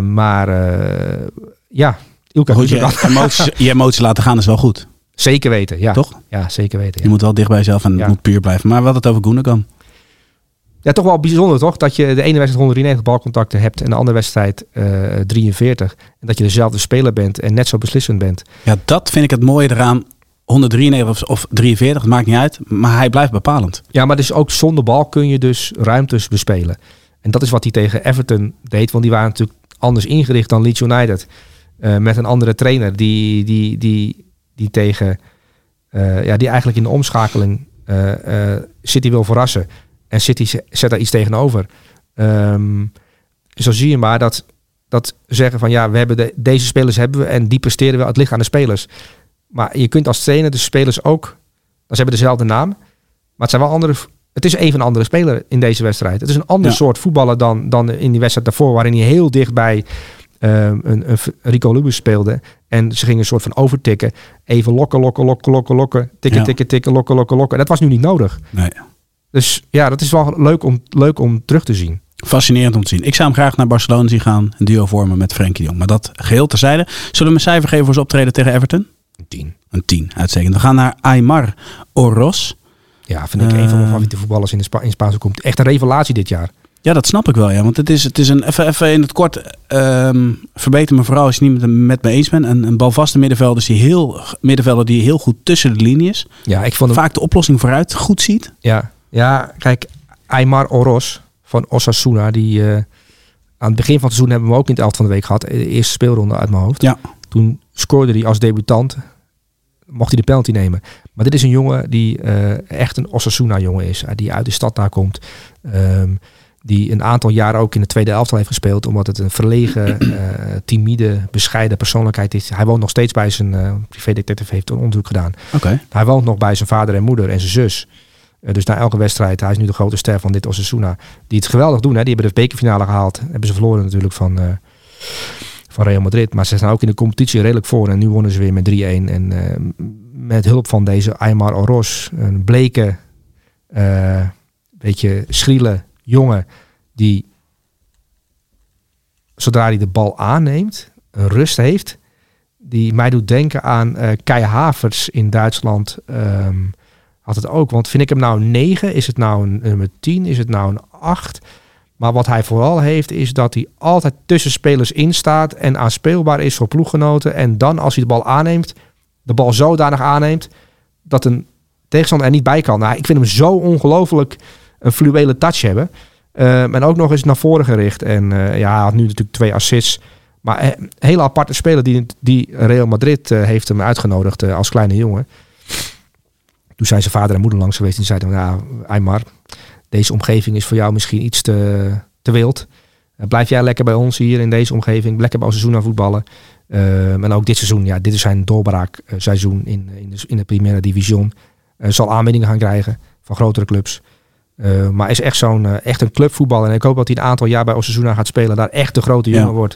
Ja. Goed, je emoties laten gaan is wel goed. Zeker weten, ja. Toch? Ja, zeker weten. Ja. Je moet wel dicht bij jezelf en het moet puur blijven. Maar wat het over Gundogan. Ja, toch wel bijzonder toch? Dat je de ene wedstrijd 193 balcontacten hebt en de andere wedstrijd 43. En dat je dezelfde speler bent en net zo beslissend bent. Ja, dat vind ik het mooie eraan. 193 of 43, het maakt niet uit. Maar hij blijft bepalend. Ja, maar dus ook zonder bal kun je dus ruimtes bespelen. En dat is wat hij tegen Everton deed. Want die waren natuurlijk anders ingericht dan Leeds United. Met een andere trainer die tegen... die eigenlijk in de omschakeling City wil verrassen. En City zet daar iets tegenover. Zo zie je maar dat zeggen van we hebben deze spelers hebben we en die presteren we. Het ligt aan de spelers. Maar je kunt als trainer de spelers ook... Ze hebben dezelfde naam. Maar het zijn wel andere... Het is even een andere speler in deze wedstrijd. Het is een ander soort voetballer dan in die wedstrijd daarvoor... waarin hij heel dichtbij een Rico Lubus speelde. En ze gingen een soort van overtikken. Even lokken. Tikken, lokken. Dat was nu niet nodig. Nee. Dus ja, dat is wel leuk om terug te zien. Fascinerend om te zien. Ik zou hem graag naar Barcelona zien gaan. Een duo vormen met Frenkie de Jong. Maar dat geheel terzijde. Zullen we een cijfer geven voor zijn optreden tegen Everton? Een 10, uitstekend. We gaan naar Aimar Oroz. Ja, vind ik een van mijn favoriete voetballers in Spaanse komt. Echt een revelatie dit jaar. Ja, dat snap ik wel. Ja, want het is een even in het kort. Verbeter me vooral als je niet met me eens bent. Een balvaste middenvelder die heel goed tussen de linie is. Ja, ik vond hem vaak de oplossing vooruit goed ziet. Ja, kijk, Aimar Oroz van Osasuna, die aan het begin van het seizoen hebben we hem ook in het elftal van de week gehad. De eerste speelronde uit mijn hoofd. Ja. Toen scoorde hij als debutant. Mocht hij de penalty nemen. Maar dit is een jongen die echt een Osasuna-jongen is. Die uit de stad daar komt. Die een aantal jaren ook in de tweede elftal heeft gespeeld. Omdat het een verlegen, timide, bescheiden persoonlijkheid is. Hij woont nog steeds bij zijn privédetective. Heeft een onderzoek gedaan. Okay. Hij woont nog bij zijn vader en moeder en zijn zus. Dus na elke wedstrijd. Hij is nu de grote ster van dit Osasuna. Die het geweldig doen. Hè. Die hebben de bekerfinale gehaald. Hebben ze verloren natuurlijk van Real Madrid. Maar ze staan ook in de competitie redelijk voor. En nu wonnen ze weer met 3-1. En met hulp van deze Aimar Oroz. Een bleke, beetje schriele jongen. Die zodra hij de bal aanneemt. Een rust heeft. die mij doet denken aan Kai Havertz in Duitsland. Had het ook. Want vind ik hem nou een 9? Is het nou een nummer 10? Is het nou een 8? Maar wat hij vooral heeft is dat hij altijd tussen spelers in staat en aanspeelbaar is voor ploeggenoten. En dan als hij de bal aanneemt, de bal zodanig aanneemt dat een tegenstander er niet bij kan. Nou, ik vind hem zo ongelooflijk een fluwele touch hebben. En ook nog eens naar voren gericht. En hij had nu natuurlijk 2 assists. Maar een hele aparte speler die Real Madrid heeft hem uitgenodigd als kleine jongen. Toen zijn zijn vader en moeder langs geweest. En die zeiden, Aymar, deze omgeving is voor jou misschien iets te wild. Blijf jij lekker bij ons hier in deze omgeving. Lekker bij ons seizoen aan voetballen. En ook dit seizoen, dit is zijn doorbraakseizoen in de Primera Division. Zal aanbiedingen gaan krijgen van grotere clubs. Maar is echt echt een clubvoetballer. En ik hoop dat hij een aantal jaar bij Osasuna gaat spelen. Daar echt de grote jongen wordt.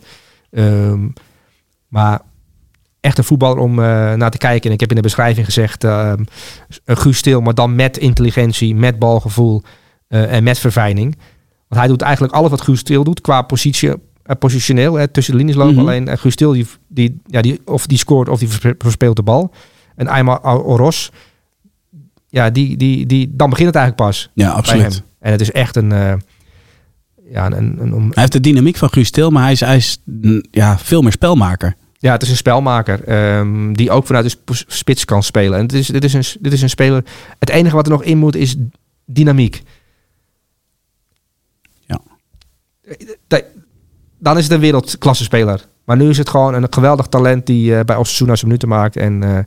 Maar echt een voetballer om naar te kijken. En ik heb in de beschrijving gezegd, een Guus Til, maar dan met intelligentie, met balgevoel en met verfijning. Want hij doet eigenlijk alles wat Guus Til doet qua positioneel, tussen de linies lopen. Mm-hmm. Alleen Guus Til die scoort of die verspeelt de bal. En Aymar Oroz, dan begint het eigenlijk pas. Ja, absoluut. En het is echt hij heeft de dynamiek van Guus Til, maar hij is veel meer spelmaker. Ja, het is een spelmaker die ook vanuit de spits kan spelen. En dit is een speler. Het enige wat er nog in moet is dynamiek. Ja. Dan is het een wereldklasse speler. Maar nu is het gewoon een geweldig talent die bij Osasuna zijn minuten maakt. En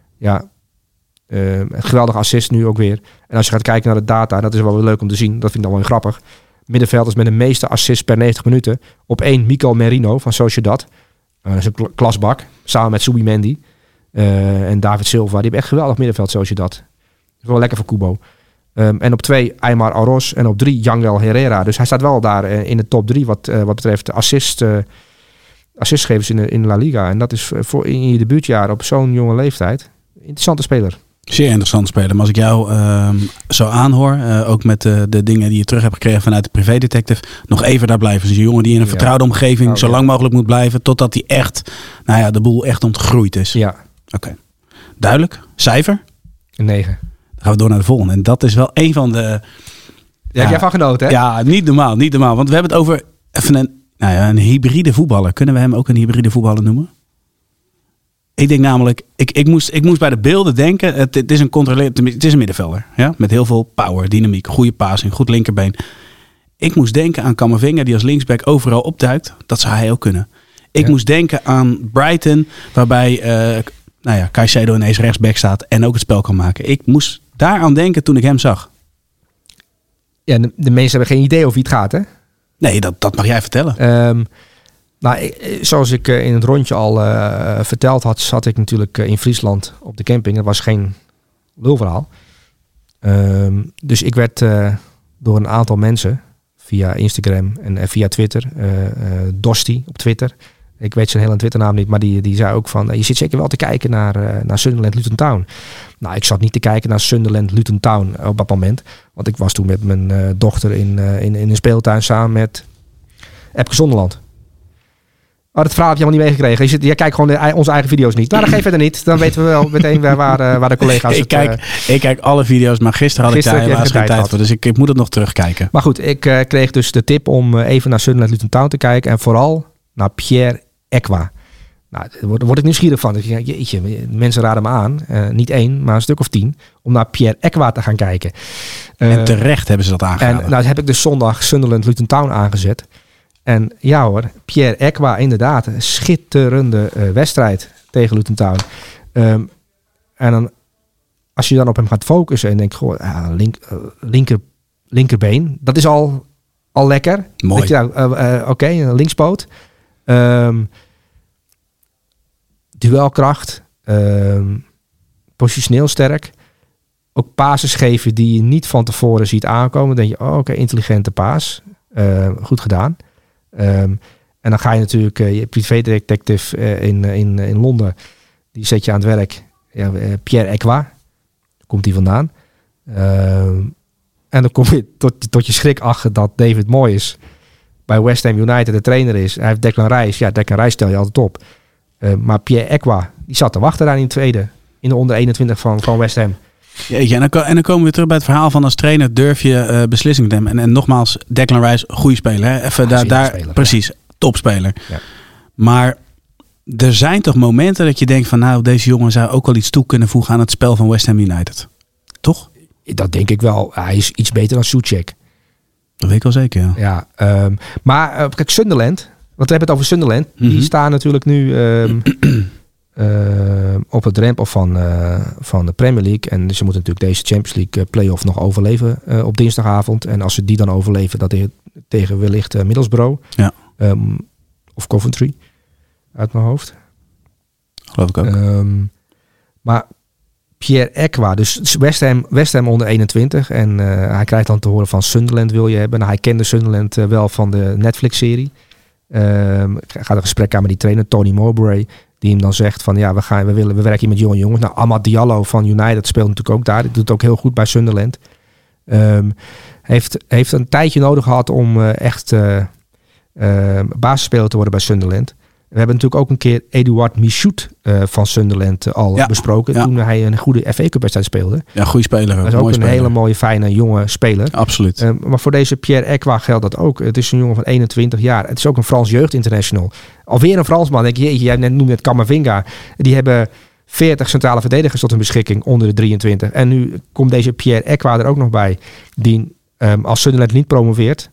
een geweldige assist nu ook weer. En als je gaat kijken naar de data, dat is wel weer leuk om te zien. Dat vind ik dan wel weer grappig. Middenvelders met de meeste assists per 90 minuten. Op 1 Mikel Merino van Sociedad. Dat is een klasbak. Samen met Subimendi en David Silva. Die hebben echt geweldig middenveld, Sociedad. Dat is wel lekker voor Kubo. En op 2 Aymar Oroz. En op 3 Yangel Herrera. Dus hij staat wel daar in de top 3 wat betreft assistgevers in La Liga. En dat is voor in je debuutjaar op zo'n jonge leeftijd. Interessante speler. Zeer interessant spelen. Maar als ik jou zo aanhoor, ook met de dingen die je terug hebt gekregen vanuit de privédetective, nog even daar blijven. Dus een jongen die in een vertrouwde omgeving zo lang mogelijk moet blijven, totdat hij echt, de boel echt ontgroeid is. Ja. Oké. Duidelijk. Cijfer? Een 9. Dan gaan we door naar de volgende. En dat is wel een van de... Ja, heb jij van genoten, hè? Ja, niet normaal. Want we hebben het over even een hybride voetballer. Kunnen we hem ook een hybride voetballer noemen? Ik denk namelijk, ik moest bij de beelden denken, het is een middenvelder. Ja? Met heel veel power, dynamiek, goede passing, goed linkerbeen. Ik moest denken aan Camavinga die als linksback overal opduikt. Dat zou hij ook kunnen. Ik moest denken aan Brighton, waarbij Caicedo ineens rechtsback staat en ook het spel kan maken. Ik moest daaraan denken toen ik hem zag. Ja, de meesten hebben geen idee over wie het gaat, hè? Nee, dat mag jij vertellen. Zoals ik in het rondje al verteld had, zat ik natuurlijk in Friesland op de camping. Dat was geen lulverhaal. Dus ik werd door een aantal mensen via Instagram en via Twitter, Dosti op Twitter. Ik weet zijn hele Twitternaam niet, maar die zei ook van, je zit zeker wel te kijken naar Sunderland Luton Town. Nou, ik zat niet te kijken naar Sunderland Luton Town op dat moment. Want ik was toen met mijn dochter in een speeltuin samen met Epke Zonderland. Oh, dat verhaal heb je helemaal niet meegekregen. Jij kijkt gewoon onze eigen video's niet. Nou, dat geeft verder niet. Dan weten we wel meteen waar de collega's... Ik kijk alle video's, maar gisteren had ik daar helaas geen tijd voor. Dus ik moet het nog terugkijken. Maar goed, ik kreeg dus de tip om even naar Sunderland Luton Town te kijken. En vooral naar Pierre Ekwa. Nou, daar word ik nieuwsgierig van. Jeetje, mensen raden me aan. Niet 1, maar een stuk of 10. Om naar Pierre Ekwa te gaan kijken. En terecht hebben ze dat aangeraden. En nou heb ik dus zondag Sunderland Luton Town aangezet. En ja hoor, Pierre Ekwa inderdaad. Een schitterende wedstrijd tegen Luton Town. En dan, als je dan op hem gaat focussen en denkt, linkerbeen. Dat is al lekker. Mooi. Oké, linkspoot. Duelkracht. Positioneel sterk. Ook passes geven die je niet van tevoren ziet aankomen. Dan denk je, oké, intelligente paas. Goed gedaan. En dan ga je natuurlijk je privédetective in Londen. Die zet je aan het werk. Ja, Pierre Ekwa. Komt die vandaan. En dan kom je tot je schrik achter dat David Moyes bij West Ham United de trainer is. Hij heeft Declan Rice. Ja, Declan Rice stel je altijd op. Maar Pierre Ekwa, die zat te wachten daar in de tweede. In de onder 21 van West Ham. Jeetje, en dan komen we weer terug bij het verhaal van als trainer durf je beslissingen te nemen. En nogmaals, Declan Rice, goede speler. Hè? Even daar speler, precies, topspeler. Ja. Maar er zijn toch momenten dat je denkt van nou, deze jongen zou ook wel iets toe kunnen voegen aan het spel van West Ham United. Toch? Dat denk ik wel. Hij is iets beter dan Soucek. Dat weet ik wel zeker, ja. Ja, maar kijk, Sunderland. Want we hebben het over Sunderland. Die staan natuurlijk nu op het drempel van de Premier League. En ze moeten natuurlijk deze Champions League play-off nog overleven op dinsdagavond. En als ze die dan overleven, dat tegen wellicht Middlesbrough. Ja. Of Coventry. Uit mijn hoofd. Geloof ik ook. Maar Pierre Ekwa, dus West Ham onder 21. En hij krijgt dan te horen van Sunderland wil je hebben. Nou, hij kende Sunderland wel van de Netflix-serie. Gaat een gesprek aan met die trainer, Tony Mowbray. Die hem dan zegt van ja, we werken hier met jonge jongens. Nou, Amad Diallo van United speelt natuurlijk ook daar. Die doet het ook heel goed bij Sunderland. Heeft een tijdje nodig gehad om echt basisspeler te worden bij Sunderland. We hebben natuurlijk ook een keer Eduard Michoud van Sunderland al besproken. Ja. Toen hij een goede FA Cup wedstrijd speelde. Ja, goede speler. Dat is ook een hele mooie, fijne, jonge speler. Absoluut. Maar voor deze Pierre Ekwa geldt dat ook. Het is een jongen van 21 jaar. Het is ook een Frans jeugdinternational. Alweer een Fransman. Denk je, jij noemde net Camavinga. Die hebben 40 centrale verdedigers tot hun beschikking onder de 23. En nu komt deze Pierre Ekwa er ook nog bij. Die als Sunderland niet promoveert,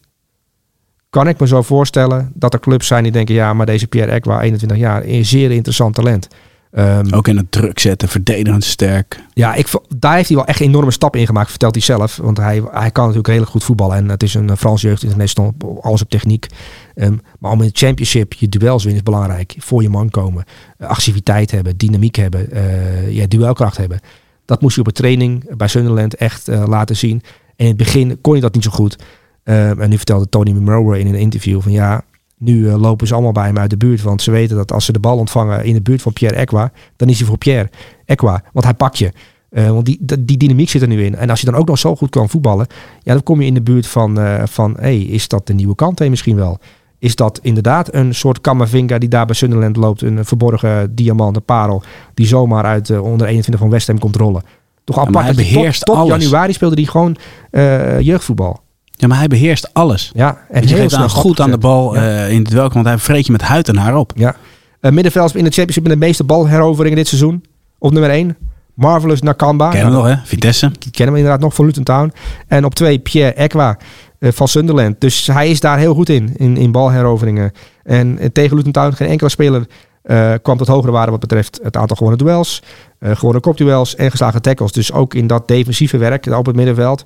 kan ik me zo voorstellen dat er clubs zijn die denken, ja, maar deze Pierre Ekwa, 21 jaar, een zeer interessant talent. Ook in het druk zetten, verdedigend sterk. Ja, daar heeft hij wel echt enorme stappen in gemaakt, vertelt hij zelf. Want hij kan natuurlijk redelijk goed voetballen. En het is een Frans jeugd international, alles op techniek. Maar om in het championship je duels winnen is belangrijk. Voor je man komen, agressiviteit hebben, dynamiek hebben, duelkracht hebben. Dat moest hij op een training bij Sunderland echt laten zien. En in het begin kon hij dat niet zo goed. En nu vertelde Tony Mowbray in een interview van ja, nu lopen ze allemaal bij hem uit de buurt. Want ze weten dat als ze de bal ontvangen in de buurt van Pierre Ekwa, dan is hij voor Pierre Ekwa. Want hij pakt je. Want die dynamiek zit er nu in. En als je dan ook nog zo goed kan voetballen, ja, dan kom je in de buurt van is dat de nieuwe Kante misschien wel? Is dat inderdaad een soort Camavinga die daar bij Sunderland loopt, een verborgen diamant, een parel, die zomaar uit onder 21 van West Ham komt rollen? Toch apart. Maar hij beheerst tot alles. Januari speelde hij gewoon jeugdvoetbal. Ja, maar hij beheerst alles. Ja, en je heel geeft aan goed aan de bal in het welk, want hij vreet je met huid en haar op. Ja. Middenveld in de Championship met de meeste balheroveringen dit seizoen. Op nummer 1, Marvelous Nakamba. Kennen we nog, hè? Vitesse. Kennen we inderdaad nog van Luton Town. En op 2, Pierre Ekwa van Sunderland. Dus hij is daar heel goed in balheroveringen. En tegen Luton Town geen enkele speler kwam tot hogere waarde wat betreft het aantal gewonnen duels, gewonnen kopduels en geslagen tackles. Dus ook in dat defensieve werk op het middenveld.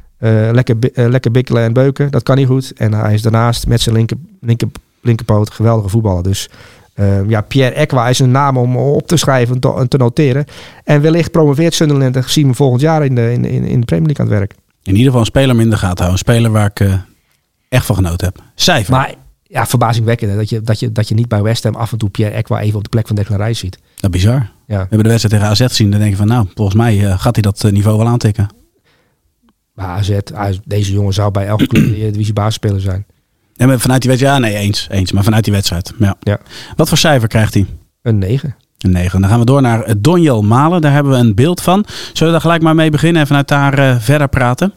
Lekker bikkelen en beuken, dat kan hij goed. En hij is daarnaast met zijn linkerpoot geweldige voetballer. Dus Pierre Ekwa is een naam om op te schrijven en te noteren. En wellicht promoveert Sunderland en zien we volgend jaar in de Premier League aan het werk. In ieder geval een speler minder gaat houden. Een speler waar ik echt van genoten heb. Cijfer. Maar ja, verbazingwekkend dat je niet bij West Ham af en toe Pierre Ekwa even op de plek van Declan Rice ziet. Dat is bizar. Ja. We hebben de wedstrijd tegen AZ gezien. Dan denk je van nou, volgens mij gaat hij dat niveau wel aantikken. Maar AZ, deze jongen zou bij elke club in de Eredivisie basisspeler zijn. Ja, maar vanuit die wedstrijd, eens. Maar vanuit die wedstrijd, ja. Wat voor cijfer krijgt hij? Een 9. Een 9. Dan gaan we door naar Donjel Malen. Daar hebben we een beeld van. Zullen we daar gelijk maar mee beginnen en vanuit daar verder praten?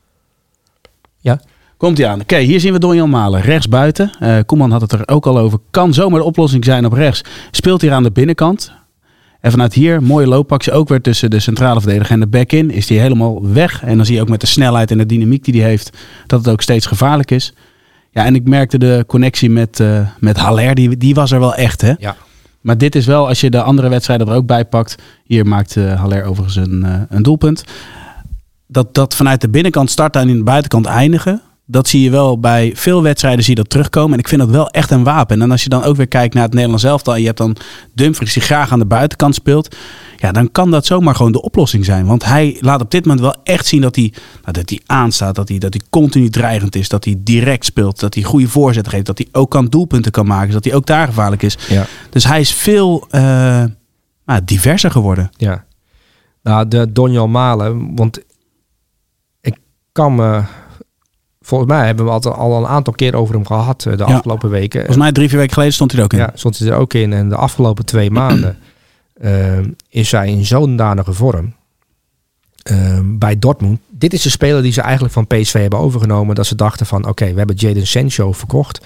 Ja. Komt hij aan. Oké, hier zien we Donjel Malen. Rechts buiten. Koeman had het er ook al over. Kan zomaar de oplossing zijn op rechts. Speelt hier aan de binnenkant. En vanuit hier, mooie loopactie ook weer tussen de centrale verdediger en de back-in. Is hij helemaal weg. En dan zie je ook met de snelheid en de dynamiek die hij heeft, dat het ook steeds gevaarlijk is. Ja, en ik merkte de connectie met Haller, die was er wel echt, hè? Ja. Maar dit is wel, als je de andere wedstrijden er ook bij pakt. Hier maakt Haller overigens een doelpunt. Dat vanuit de binnenkant starten en in de buitenkant eindigen. Dat zie je wel bij veel wedstrijden zie je dat terugkomen. En ik vind dat wel echt een wapen. En als je dan ook weer kijkt naar het Nederlands elftal. En je hebt dan Dumfries die graag aan de buitenkant speelt. Ja, dan kan dat zomaar gewoon de oplossing zijn. Want hij laat op dit moment wel echt zien dat hij aanstaat. Dat hij continu dreigend is. Dat hij direct speelt. Dat hij goede voorzetten geeft. Dat hij ook doelpunten kan maken. Dat hij ook daar gevaarlijk is. Ja. Dus hij is veel diverser geworden. Ja. Nou, de Donjel Malen. Want ik kan me volgens mij hebben we al een aantal keer over hem gehad de afgelopen weken. Volgens mij 3-4 weken geleden stond hij er ook in. Ja, stond hij er ook in. En de afgelopen 2 maanden is hij in zo'n danige vorm. Bij Dortmund. Dit is de speler die ze eigenlijk van PSV hebben overgenomen. Dat ze dachten van oké, we hebben Jadon Sancho verkocht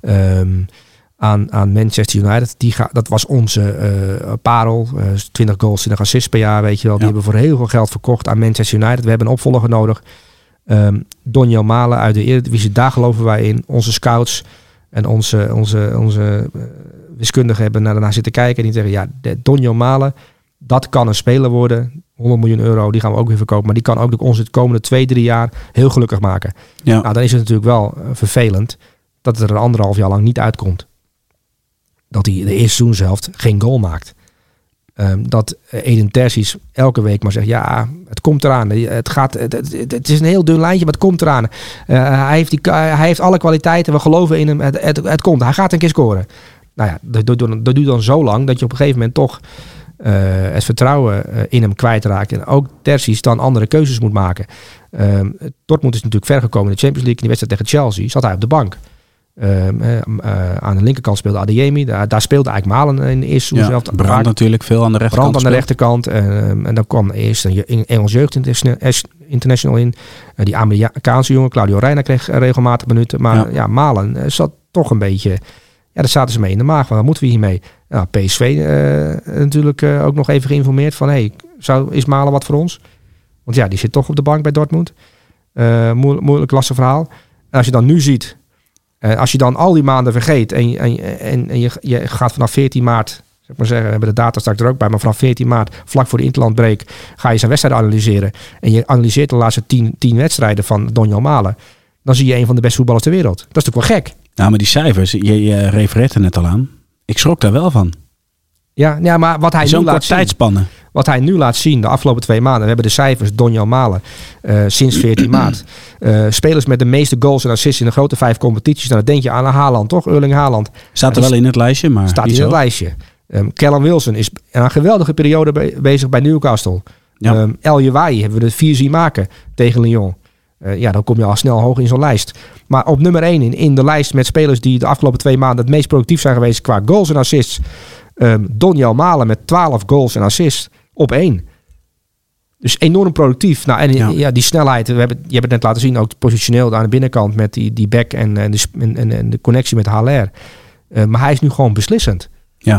aan Manchester United. Dat was onze parel. 20 goals, 20 assists per jaar, weet je wel. Die hebben voor heel veel geld verkocht aan Manchester United. We hebben een opvolger nodig. Donjel Malen uit de Eredivisie, daar geloven wij in. Onze scouts en onze wiskundigen hebben naar zitten kijken. En die zeggen, Donjel Malen, dat kan een speler worden. 100 miljoen euro, die gaan we ook weer verkopen. Maar die kan ook onze komende 2-3 jaar heel gelukkig maken. Ja. Nou, dan is het natuurlijk wel vervelend dat het er 1,5 jaar lang niet uitkomt. Dat hij de eerste seizoenshelft geen goal maakt. Dat Edin Terzic elke week maar zegt, ja, het komt eraan. Het is een heel dun lijntje, maar het komt eraan. Hij heeft alle kwaliteiten, we geloven in hem. Het komt, hij gaat een keer scoren. Nou ja, dat duurt dan zo lang dat je op een gegeven moment toch het vertrouwen in hem kwijtraakt. En ook Terzic dan andere keuzes moet maken. Dortmund is natuurlijk ver gekomen in de Champions League. In die wedstrijd tegen Chelsea zat hij op de bank. Aan de linkerkant speelde Adeyemi. Daar speelde eigenlijk Malen in de eerste seizoen zelf. Brandt natuurlijk veel aan de rechterkant. Brandt aan de rechterkant. En dan kwam eerst een Engels jeugd international in. Die Amerikaanse jongen, Claudio Reina, kreeg regelmatig minuten. Maar Malen zat toch een beetje... Ja, daar zaten ze mee in de maag. Wat moeten we hiermee? Nou, PSV natuurlijk ook nog even geïnformeerd van... is Malen wat voor ons? Want ja, die zit toch op de bank bij Dortmund. Moeilijk, lastig verhaal. En als je dan nu ziet... als je dan al die maanden vergeet en je gaat vanaf 14 maart, zeg ik maar zeggen, we hebben de data straks er ook bij, maar vanaf 14 maart, vlak voor de interlandbreak, ga je zijn wedstrijden analyseren. En je analyseert de laatste 10 wedstrijden van Donjel Malen. Dan zie je een van de beste voetballers ter wereld. Dat is natuurlijk wel gek. Nou, maar die cijfers, je refereert er net al aan. Ik schrok daar wel van. Ja, maar wat hij nu laat zien, wat hij nu laat zien de afgelopen 2 maanden. We hebben de cijfers Donjel Malen sinds 14 maart. Spelers met de meeste goals en assists in de grote 5 competities. Nou, dan denk je aan Haaland, toch? Erling Haaland. Staat er wel in het lijstje, maar staat in het lijstje. Callum Wilson is een geweldige periode bezig bij Newcastle. Ja. El Yawayi hebben we de 4 zien maken tegen Lyon. Dan kom je al snel hoog in zo'n lijst. Maar op nummer 1 in de lijst met spelers die de afgelopen 2 maanden het meest productief zijn geweest qua goals en assists. Donjel Malen met 12 goals en assists op 1. Dus enorm productief. Nou, en die snelheid, je hebt het net laten zien, ook positioneel aan de binnenkant met die back en de connectie met Haller. Maar hij is nu gewoon beslissend. Ja.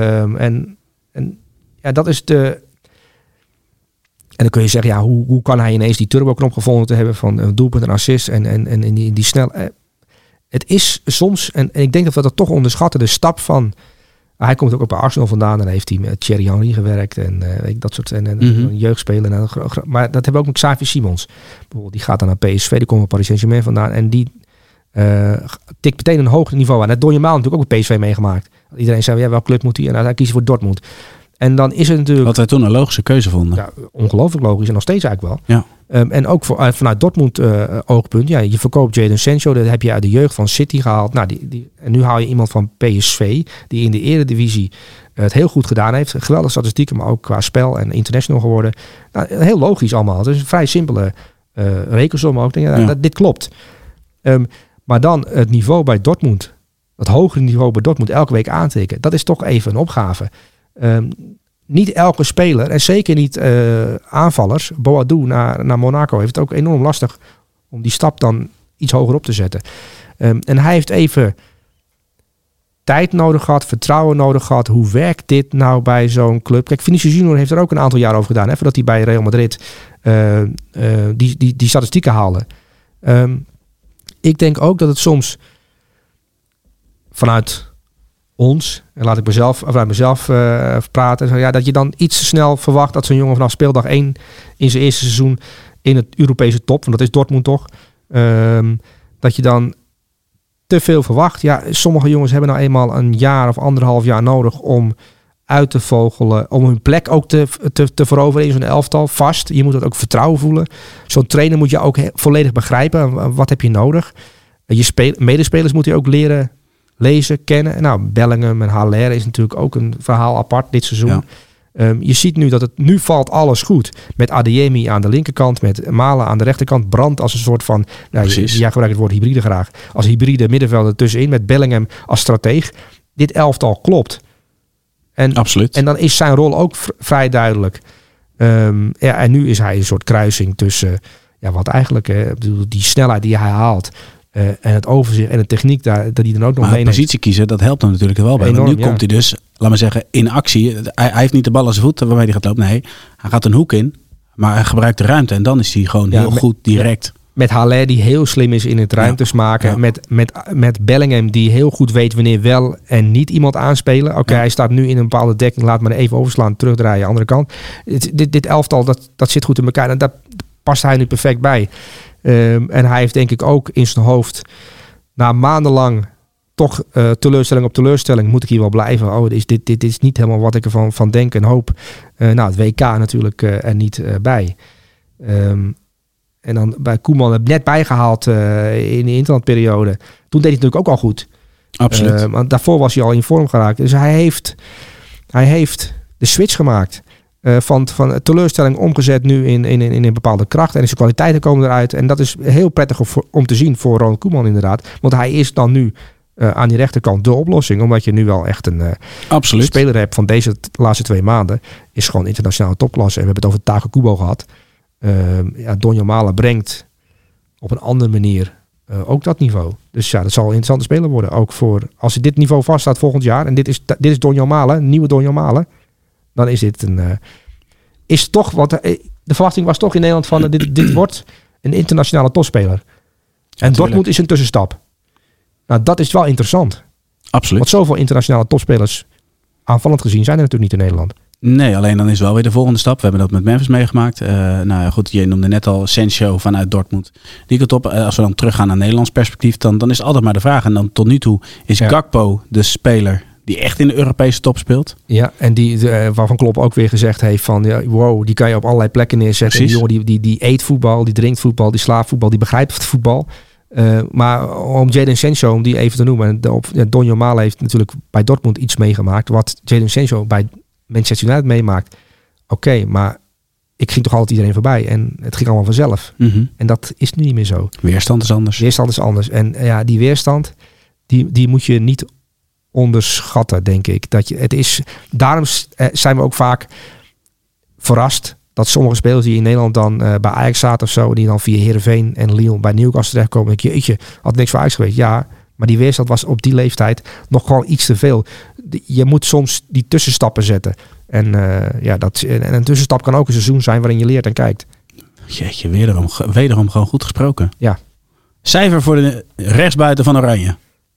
Dat is de... En dan kun je zeggen, hoe kan hij ineens die turbo-knop gevonden te hebben van een doelpunt en assist en die snel... Het is soms, en ik denk dat we dat toch onderschatten, de stap van... Hij komt ook bij Arsenal vandaan en heeft hij met Thierry Henry gewerkt en dat soort en jeugdspelen. Maar dat hebben we ook met Xavi Simons. Bijvoorbeeld, die gaat dan naar PSV, die komt bij Paris Saint-Germain vandaan en die tikt meteen een hoger niveau aan. Dat Donjel Malen natuurlijk ook bij PSV meegemaakt. Iedereen zei, welke club moet hij? En hij kiest voor Dortmund. En dan is het natuurlijk... Wat wij toen een logische keuze vonden. Ja, ongelooflijk logisch en nog steeds eigenlijk wel. Ja. En ook vanuit Dortmund oogpunt. Ja, je verkoopt Jadon Sancho, dat heb je uit de jeugd van City gehaald. Nou, en nu haal je iemand van PSV, die in de Eredivisie het heel goed gedaan heeft. Geweldige statistieken, maar ook qua spel en international geworden. Nou, heel logisch allemaal. Het is een vrij simpele rekensom ook. Dit klopt. Maar dan het niveau bij Dortmund, het hogere niveau bij Dortmund elke week aantikken. Dat is toch even een opgave. Niet elke speler, en zeker niet aanvallers, Boadou naar Monaco, heeft het ook enorm lastig om die stap dan iets hoger op te zetten. En hij heeft even tijd nodig gehad, vertrouwen nodig gehad. Hoe werkt dit nou bij zo'n club? Kijk, Vinicius Junior heeft er ook een aantal jaar over gedaan, voordat hij bij Real Madrid die statistieken haalde. Ik denk ook dat het soms vanuit ons, en laat ik vanuit mezelf praten, dat je dan iets te snel verwacht dat zo'n jongen vanaf speeldag 1 in zijn eerste seizoen in het Europese top, want dat is Dortmund toch, dat je dan te veel verwacht. Ja, sommige jongens hebben nou eenmaal een jaar of 1,5 jaar nodig om uit te vogelen, om hun plek ook te veroveren in zo'n elftal, vast. Je moet dat ook vertrouwen voelen. Zo'n trainer moet je ook volledig begrijpen. Wat heb je nodig? Je medespelers moet je ook leren lezen, kennen. Nou, Bellingham en Haller is natuurlijk ook een verhaal apart dit seizoen. Je ziet nu dat het nu valt alles goed. Met Adeyemi aan de linkerkant, met Malen aan de rechterkant. Brandt als een soort van, jij gebruikt het woord hybride graag. Als hybride middenvelder tussenin met Bellingham als strateeg. Dit elftal klopt. Absoluut. En dan is zijn rol ook vrij duidelijk. En nu is hij een soort kruising tussen wat eigenlijk die snelheid die hij haalt. En het overzicht en de techniek dat hij dan ook nog meeneemt. Positie kiezen, dat helpt hem natuurlijk er wel bij. Enorm, want nu komt hij dus, laat maar zeggen, in actie. Hij heeft niet de bal aan zijn voet waarmee hij gaat lopen. Nee, hij gaat een hoek in. Maar hij gebruikt de ruimte. En dan is hij gewoon heel goed direct. Met Haller die heel slim is in het ruimtes maken. Ja. Met Bellingham die heel goed weet wanneer wel en niet iemand aanspelen. Oké, hij staat nu in een bepaalde dekking. Laat maar even overslaan, terugdraaien, andere kant. Dit elftal, dat zit goed in elkaar. En daar past hij nu perfect bij. En hij heeft denk ik ook in zijn hoofd na maandenlang toch teleurstelling op teleurstelling. Moet ik hier wel blijven? Dit is niet helemaal wat ik ervan van denk en hoop. Het WK natuurlijk er niet bij. En dan bij Koeman heb net bijgehaald in de interlandperiode. Toen deed hij natuurlijk ook al goed. Absoluut. Want daarvoor was hij al in vorm geraakt. Dus hij heeft de switch gemaakt. Van teleurstelling omgezet nu in een bepaalde kracht. En zijn kwaliteiten komen eruit. En dat is heel prettig om te zien voor Ronald Koeman inderdaad. Want hij is dan nu aan die rechterkant de oplossing. Omdat je nu wel echt een speler hebt van deze laatste 2 maanden. Is gewoon internationale topklasse. En we hebben het over Taco Kubo gehad. Donny Malen brengt op een andere manier ook dat niveau. Dus dat zal een interessante speler worden. Ook voor als dit niveau vaststaat volgend jaar. En dit is Donny Malen, nieuwe Donny Malen. Dan is dit is toch wat de verwachting was toch in Nederland van dit wordt een internationale topspeler. En Dortmund is een tussenstap. Nou, dat is wel interessant. Absoluut. Want zoveel internationale topspelers aanvallend gezien zijn er natuurlijk niet in Nederland. Nee, alleen dan is wel weer de volgende stap. We hebben dat met Memphis meegemaakt. Goed, je noemde net al Sancho vanuit Dortmund. Die gaat op. Als we dan teruggaan naar Nederlands perspectief, dan is het altijd maar de vraag. En dan tot nu toe is Gakpo de speler die echt in de Europese top speelt. Ja, en waarvan Klopp ook weer gezegd heeft van die kan je op allerlei plekken neerzetten. En die jongen die eet voetbal, die drinkt voetbal, die slaapt voetbal, die begrijpt het voetbal. Maar om Jadon Sancho, om die even te noemen. Donny Malen heeft natuurlijk bij Dortmund iets meegemaakt. Wat Jadon Sancho bij Manchester United meemaakt. Oké, maar ik ging toch altijd iedereen voorbij. En het ging allemaal vanzelf. Mm-hmm. En dat is nu niet meer zo. Weerstand is anders. En die weerstand, die moet je niet onderschatten, denk ik. Daarom zijn we ook vaak verrast dat sommige spelers die in Nederland dan bij Ajax zaten of zo, die dan via Heerenveen en Lille bij Newcastle terechtkomen. Denk je, jeetje, had niks voor Ajax geweest. Ja, maar die weerstand was op die leeftijd nog gewoon iets te veel. Je moet soms die tussenstappen zetten. En een tussenstap kan ook een seizoen zijn waarin je leert en kijkt. Jeetje, wederom gewoon goed gesproken. Ja. Cijfer voor de rechtsbuiten van Oranje.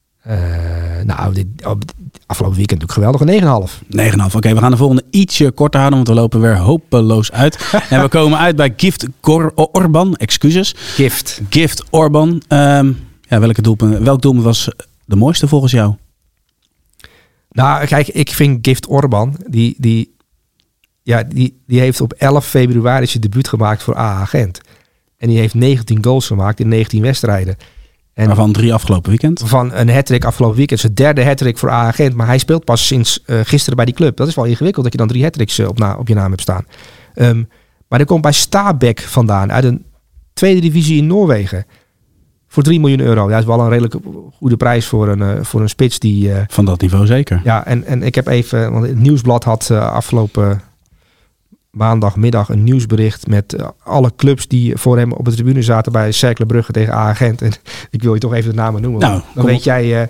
Afgelopen weekend natuurlijk geweldig. 9,5. Oké, we gaan de volgende ietsje korter houden, want we lopen weer hopeloos uit. En we komen uit bij Gift Orban. Excuses. Gift Orban. Welk doelpunt was de mooiste volgens jou? Nou, kijk, ik vind Gift Orban, die heeft op 11 februari zijn debuut gemaakt voor AA Gent. En die heeft 19 goals gemaakt in 19 wedstrijden. En waarvan 3 afgelopen weekend. Van een hat-trick afgelopen weekend. Zijn derde hat-trick voor AA Gent. Maar hij speelt pas sinds gisteren bij die club. Dat is wel ingewikkeld dat je dan 3 hat-tricks op je naam hebt staan. Maar hij komt bij Stabæk vandaan. Uit een tweede divisie in Noorwegen. Voor 3 miljoen euro. Dat is wel een redelijk goede prijs voor een spits die... van dat niveau zeker. Ja, en ik heb even... Want het Nieuwsblad had afgelopen maandagmiddag een nieuwsbericht met alle clubs die voor hem op de tribune zaten bij Cercle Brugge tegen AA Gent. En ik wil je toch even de namen noemen. Nou, dan weet jij...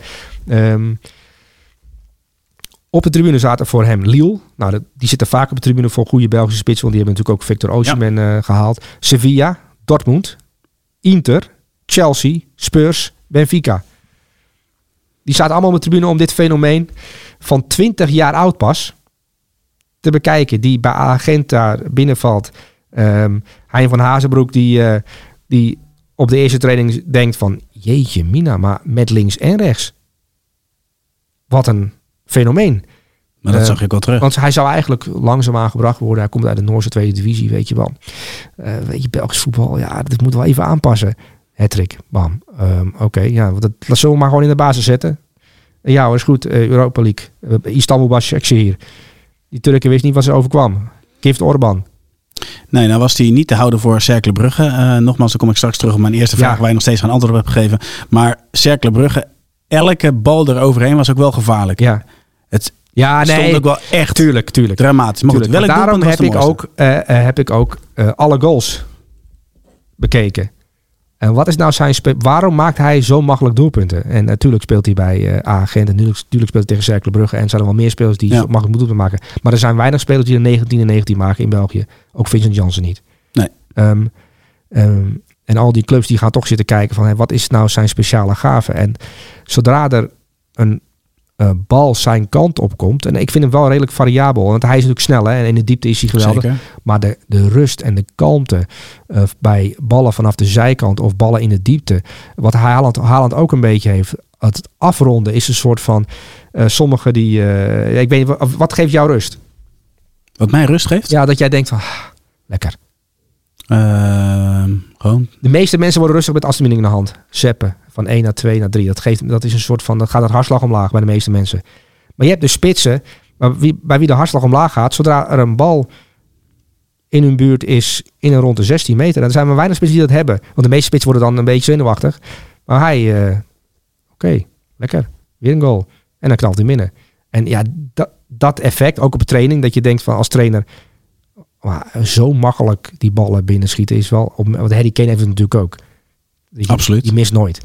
op de tribune zaten voor hem Lille. Nou, die zitten vaak op de tribune voor goede Belgische spits. Want die hebben natuurlijk ook Victor Osimhen gehaald. Sevilla, Dortmund, Inter, Chelsea, Spurs, Benfica. Die zaten allemaal op de tribune om dit fenomeen van 20 jaar oud pas te bekijken. Die bij Agent daar binnenvalt. Hein van Hazenbroek die op de eerste training denkt van... Jeetje mina, maar met links en rechts. Wat een fenomeen. Maar dat zag ik wel terug. Want hij zou eigenlijk langzaam aangebracht worden. Hij komt uit de Noorse tweede divisie, weet je wel. Belgisch voetbal, ja, dat moet wel even aanpassen. Hattrick, bam. Oké, dat zullen we maar gewoon in de basis zetten. Ja hoor, is goed. Europa League. Istanbul Başakşehir. Die Turken wisten niet wat ze overkwam. Gift Orban. Nee, nou was hij niet te houden voor Cercle Brugge. Nogmaals, dan kom ik straks terug op mijn eerste vraag... waar je nog steeds geen antwoord op hebt gegeven. Maar Cercle Brugge, elke bal eroverheen was ook wel gevaarlijk. Ja. Het stond ook wel echt tuurlijk. dramatisch. Maar goed, welk daarom doelpunt heb ik ook alle goals bekeken. En wat is nou zijn waarom maakt hij zo makkelijk doelpunten? En natuurlijk speelt hij bij A-agent. En natuurlijk speelt hij tegen Cercle Brugge. En er zijn er wel meer spelers die zo makkelijk doelpunten maken. Maar er zijn weinig spelers die er 19 en 19 maken in België. Ook Vincent Janssen niet. Nee. En al die clubs die gaan toch zitten kijken van... wat is nou zijn speciale gave? En zodra er een bal zijn kant op komt... en ik vind hem wel redelijk variabel... want hij is natuurlijk snel, hè, en in de diepte is hij geweldig. Zeker. Maar de rust en de kalmte... bij ballen vanaf de zijkant of ballen in de diepte... wat Haaland ook een beetje heeft... het afronden is een soort van... sommige die... ik weet niet, wat geeft jou rust? Wat mij rust geeft? Ja, dat jij denkt van... lekker. Gewoon. De meeste mensen worden rustig met afstemming in de hand. Zeppen. Van 1 naar 2 naar 3. Dat is een soort van... dat gaat het hartslag omlaag bij de meeste mensen. Maar je hebt de spitsen... bij wie de hartslag omlaag gaat... zodra er een bal in hun buurt is... in en rond de 16 meter. Dan zijn maar weinig spitsen die dat hebben. Want de meeste spitsen worden dan een beetje zenuwachtig. Maar hij... Oké, lekker. Weer een goal. En dan knalt hij binnen. En ja, dat effect... ook op de training... dat je denkt van als trainer... zo makkelijk die ballen binnenschieten is wel... want Harry Kane heeft het natuurlijk ook. Absoluut. Die mist nooit.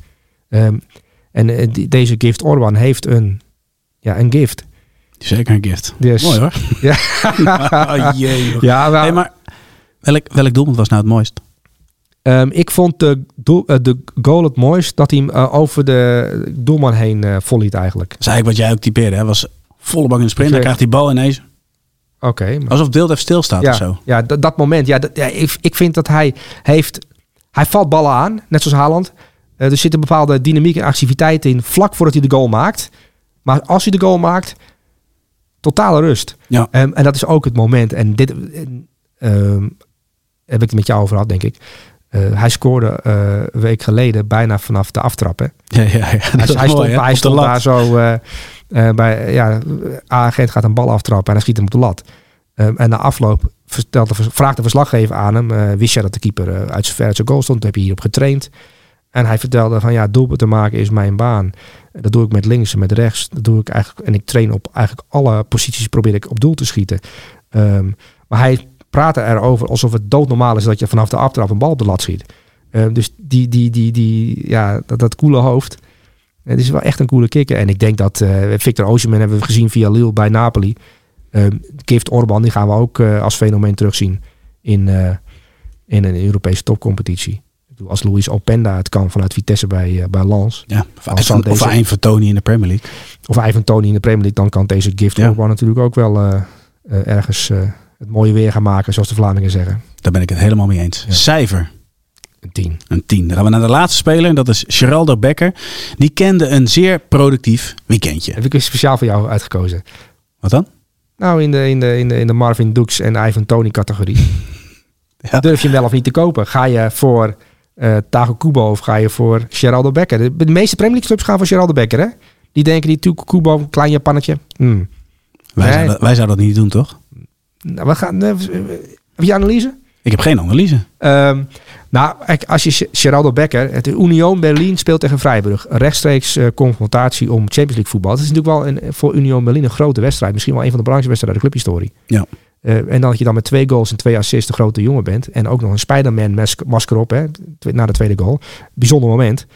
Deze Gift Orban heeft een gift. Zeker een gift. Dus, mooi hoor. Ja. Jee. Ja, maar welk doelpunt was nou het mooist? Ik vond de goal het mooist... dat hij hem over de doelman heen volliet eigenlijk. Dat is eigenlijk wat jij ook typeerde. Hè? Was volle bak in de sprint. Dan krijgt die bal ineens... Oké. Alsof het beeld even stilstaat of zo. Ja, dat moment. Ja, ik vind dat hij heeft... Hij valt ballen aan, net zoals Haaland. Er zit een bepaalde dynamiek en activiteit in... vlak voordat hij de goal maakt. Maar als hij de goal maakt... totale rust. Ja. En dat is ook het moment. En dit heb ik het met jou over gehad, denk ik. Hij scoorde een week geleden bijna vanaf de aftrap. Hè? Ja. Hij stond daar zo... bij A-agent gaat een bal aftrappen en hij schiet hem op de lat. En na afloop vraagt de verslaggever aan hem... wist jij dat de keeper uit zijn goal stond? Toen heb je hierop getraind. En hij vertelde van doelpunt te maken is mijn baan. Dat doe ik met links en met rechts. Dat doe ik eigenlijk. En ik train op eigenlijk alle posities probeer ik op doel te schieten. Maar hij praatte erover alsof het doodnormaal is dat je vanaf de aftrap een bal op de lat schiet. Dus dat coole hoofd. Het is wel echt een coole kikker. En ik denk dat Victor Osimhen hebben we gezien via Lille bij Napoli. Gift Orban, die gaan we ook als fenomeen terugzien in een Europese topcompetitie. Als Luis Openda het kan vanuit Vitesse bij Lens. Ja, of Ivan Toney in de Premier League. Of Ivan Toney in de Premier League. Dan kan deze Gift Orban natuurlijk ook wel ergens het mooie weer gaan maken. Zoals de Vlamingen zeggen. Daar ben ik het helemaal mee eens. Ja. Cijfer. Een 10. Dan gaan we naar de laatste speler. En dat is Geraldo Becker. Die kende een zeer productief weekendje. Heb ik speciaal voor jou uitgekozen. Wat dan? Nou, in de Marvin Dukes en Ivan Toney categorie. Ja. Durf je hem wel of niet te kopen? Ga je voor Tago Kubo of ga je voor Geraldo Becker? De meeste Premier League clubs gaan voor Geraldo Becker, hè? Die denken die Tago Kubo, een klein Japannetje. Wij zouden dat niet doen, toch? Nou, heb je analyse? Ik heb geen analyse. Als je Geraldo Becker... Het Union Berlin speelt tegen Freiburg. Een rechtstreeks confrontatie om Champions League voetbal. Het is natuurlijk wel voor Union Berlin een grote wedstrijd. Misschien wel een van de belangrijkste wedstrijden uit de clubhistorie. Ja. En dan dat je dan met 2 goals en 2 assists de grote jongen bent. En ook nog een Spider-Man masker op, hè, na de tweede goal. Bijzonder moment.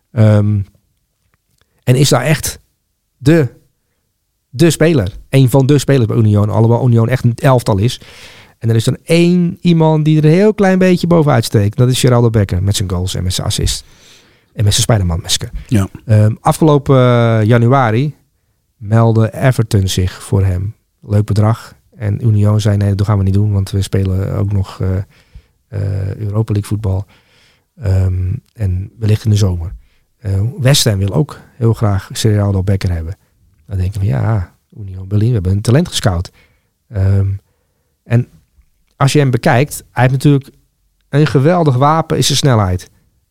En is daar echt de speler. Een van de spelers bij Union. Alhoewel Union echt een elftal is. En er is dan 1 iemand die er een heel klein beetje bovenuit steekt. Dat is Geraldo Becker met zijn goals en met zijn assist. En met zijn Spider-Man masker. Ja. Afgelopen januari meldde Everton zich voor hem. Leuk bedrag. En Union zei nee, dat gaan we niet doen. Want we spelen ook nog Europa League voetbal. En wellicht in de zomer. West Ham wil ook heel graag Geraldo Becker hebben. Dan denk je van Union Berlin, we hebben een talent gescout. En als je hem bekijkt, hij heeft natuurlijk een geweldig wapen, is zijn snelheid.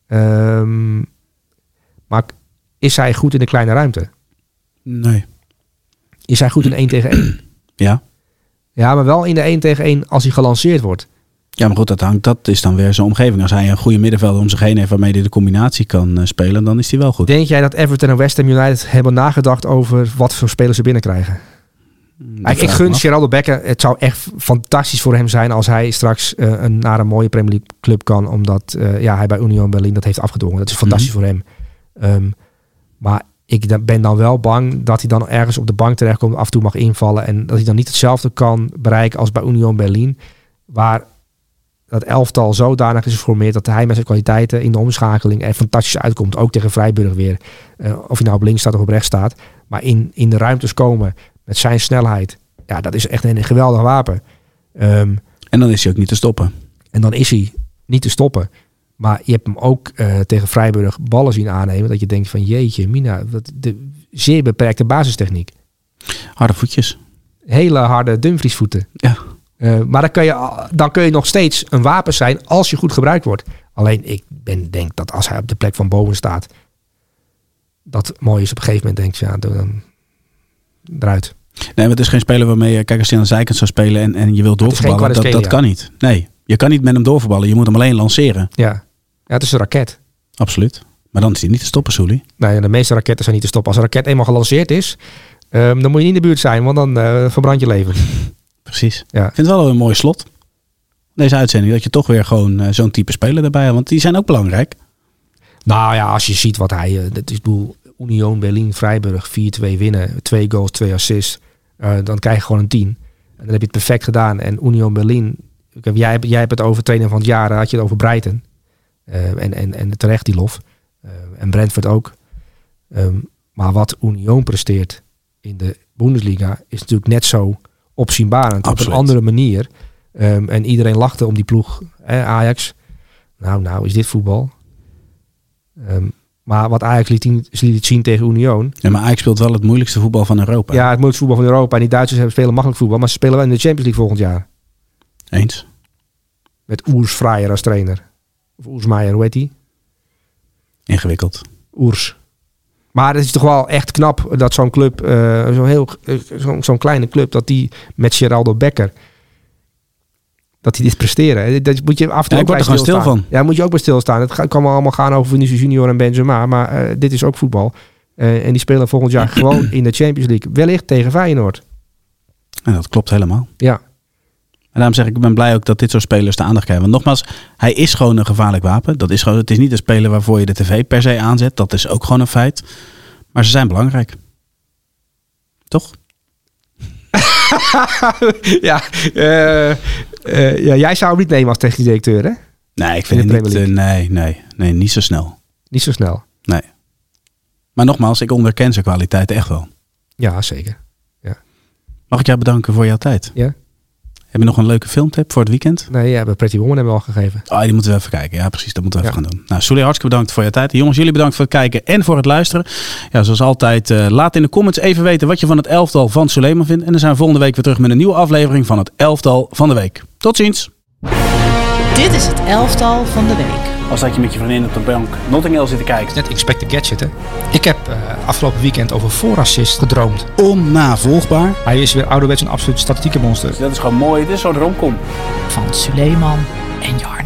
Maar is hij goed in de kleine ruimte? Nee. Is hij goed in 1 tegen 1? Ja. Ja, maar wel in de 1 tegen 1 als hij gelanceerd wordt. Ja, maar goed, dat is dan weer zijn omgeving. Als hij een goede middenvelder om zich heen heeft waarmee hij de combinatie kan spelen, dan is hij wel goed. Denk jij dat Everton en West Ham United hebben nagedacht over wat voor spelers ze binnenkrijgen? Ik gun Geraldo Becker. Het zou echt fantastisch voor hem zijn als hij straks naar een mooie Premier League club kan. Omdat hij bij Union Berlin dat heeft afgedwongen. Dat is fantastisch voor hem. Maar ik ben dan wel bang dat hij dan ergens op de bank terechtkomt, af en toe mag invallen. En dat hij dan niet hetzelfde kan bereiken als bij Union Berlin. Waar dat elftal zodanig is geformeerd dat hij met zijn kwaliteiten in de omschakeling er fantastisch uitkomt. Ook tegen Freiburg weer. Of hij nou op links staat of op rechts staat. Maar in de ruimtes komen met zijn snelheid. Ja, dat is echt een geweldig wapen. En dan is hij ook niet te stoppen. En dan is hij niet te stoppen. Maar je hebt hem ook tegen Freiburg ballen zien aannemen. Dat je denkt van jeetje, Mina. De zeer beperkte basistechniek. Harde voetjes. Hele harde Dumfries voeten. Ja. Maar dan kun je nog steeds een wapen zijn als je goed gebruikt wordt. Alleen ik denk dat als hij op de plek van boven staat. Dat mooi is op een gegeven moment denkt. Ja, dan eruit. Nee, maar het is geen speler waarmee je, kijk, als hij aan de zijkant zou spelen en je wilt doorverballen, dat kan niet. Nee, je kan niet met hem doorverballen. Je moet hem alleen lanceren. Ja, het is een raket. Absoluut. Maar dan is hij niet te stoppen, Soelie. Nee, de meeste raketten zijn niet te stoppen. Als een raket eenmaal gelanceerd is, dan moet je niet in de buurt zijn, want dan verbrand je leven. Precies. Ja. Ik vind het wel een mooi slot. Deze uitzending, dat je toch weer gewoon zo'n type speler erbij hebt. Want die zijn ook belangrijk. Nou ja, als je ziet wat hij... Union Berlin, Freiburg, 4-2 winnen. 2 goals, 2 assists. Dan krijg je gewoon een 10. En dan heb je het perfect gedaan. En Union Berlin... Jij hebt het over trainer van het jaar. Dan had je het over Brighton. En terecht die lof. En Brentford ook. Maar wat Union presteert in de Bundesliga... is natuurlijk net zo opzienbarend. Absoluut. Op een andere manier. En iedereen lachte om die ploeg. Ajax. Nou is dit voetbal. Maar wat Ajax liet zien tegen Union... Ja, maar Ajax speelt wel het moeilijkste voetbal van Europa. Ja, het moeilijkste voetbal van Europa. En die Duitsers spelen makkelijk voetbal. Maar ze spelen wel in de Champions League volgend jaar. Eens. Met Urs Freyer als trainer. Of Urs Meijer, hoe heet die? Ingewikkeld. Urs. Maar het is toch wel echt knap dat zo'n club... zo'n kleine club... dat die met Geraldo Becker... dat die dit presteren. Dat moet je af en toe ook bij stil van. Ja, moet je ook bij stilstaan. Het kan allemaal gaan over Vinicius Junior en Benzema. Maar dit is ook voetbal. En die spelen volgend jaar gewoon in de Champions League. Wellicht tegen Feyenoord. En dat klopt helemaal. Ja. En daarom zeg ik ben blij ook dat dit soort spelers de aandacht krijgen. Want nogmaals, hij is gewoon een gevaarlijk wapen. Dat is gewoon, het is niet een speler waarvoor je de tv per se aanzet. Dat is ook gewoon een feit. Maar ze zijn belangrijk. Toch? Ja, jij zou hem niet nemen als technisch directeur, hè? Nee, ik vind het niet. Nee, niet zo snel. Niet zo snel? Nee. Maar nogmaals, ik onderken zijn kwaliteiten echt wel. Ja, zeker. Ja. Mag ik jou bedanken voor jouw tijd? Ja. Heb je nog een leuke filmtip voor het weekend? Nee, ja, bij Pretty Woman hebben we al gegeven. Oh, die moeten we even kijken. Ja, precies. Dat moeten we even gaan doen. Nou, Soelie, hartstikke bedankt voor je tijd. Jongens, jullie bedankt voor het kijken en voor het luisteren. Ja, zoals altijd, laat in de comments even weten wat je van het elftal van Suleiman vindt. En dan zijn we volgende week weer terug met een nieuwe aflevering van het elftal van de week. Tot ziens. Dit is het elftal van de week. Als dat je met je vriendin op de bank Notting Hill zit te kijken. Net Inspector Gadget, hè? Ik heb afgelopen weekend over voorassist gedroomd. Onnavolgbaar. Hij is weer ouderwets een absoluut statistieke monster. Dat is gewoon mooi. Dit is zo'n romcom. Van Suleiman en Jarno.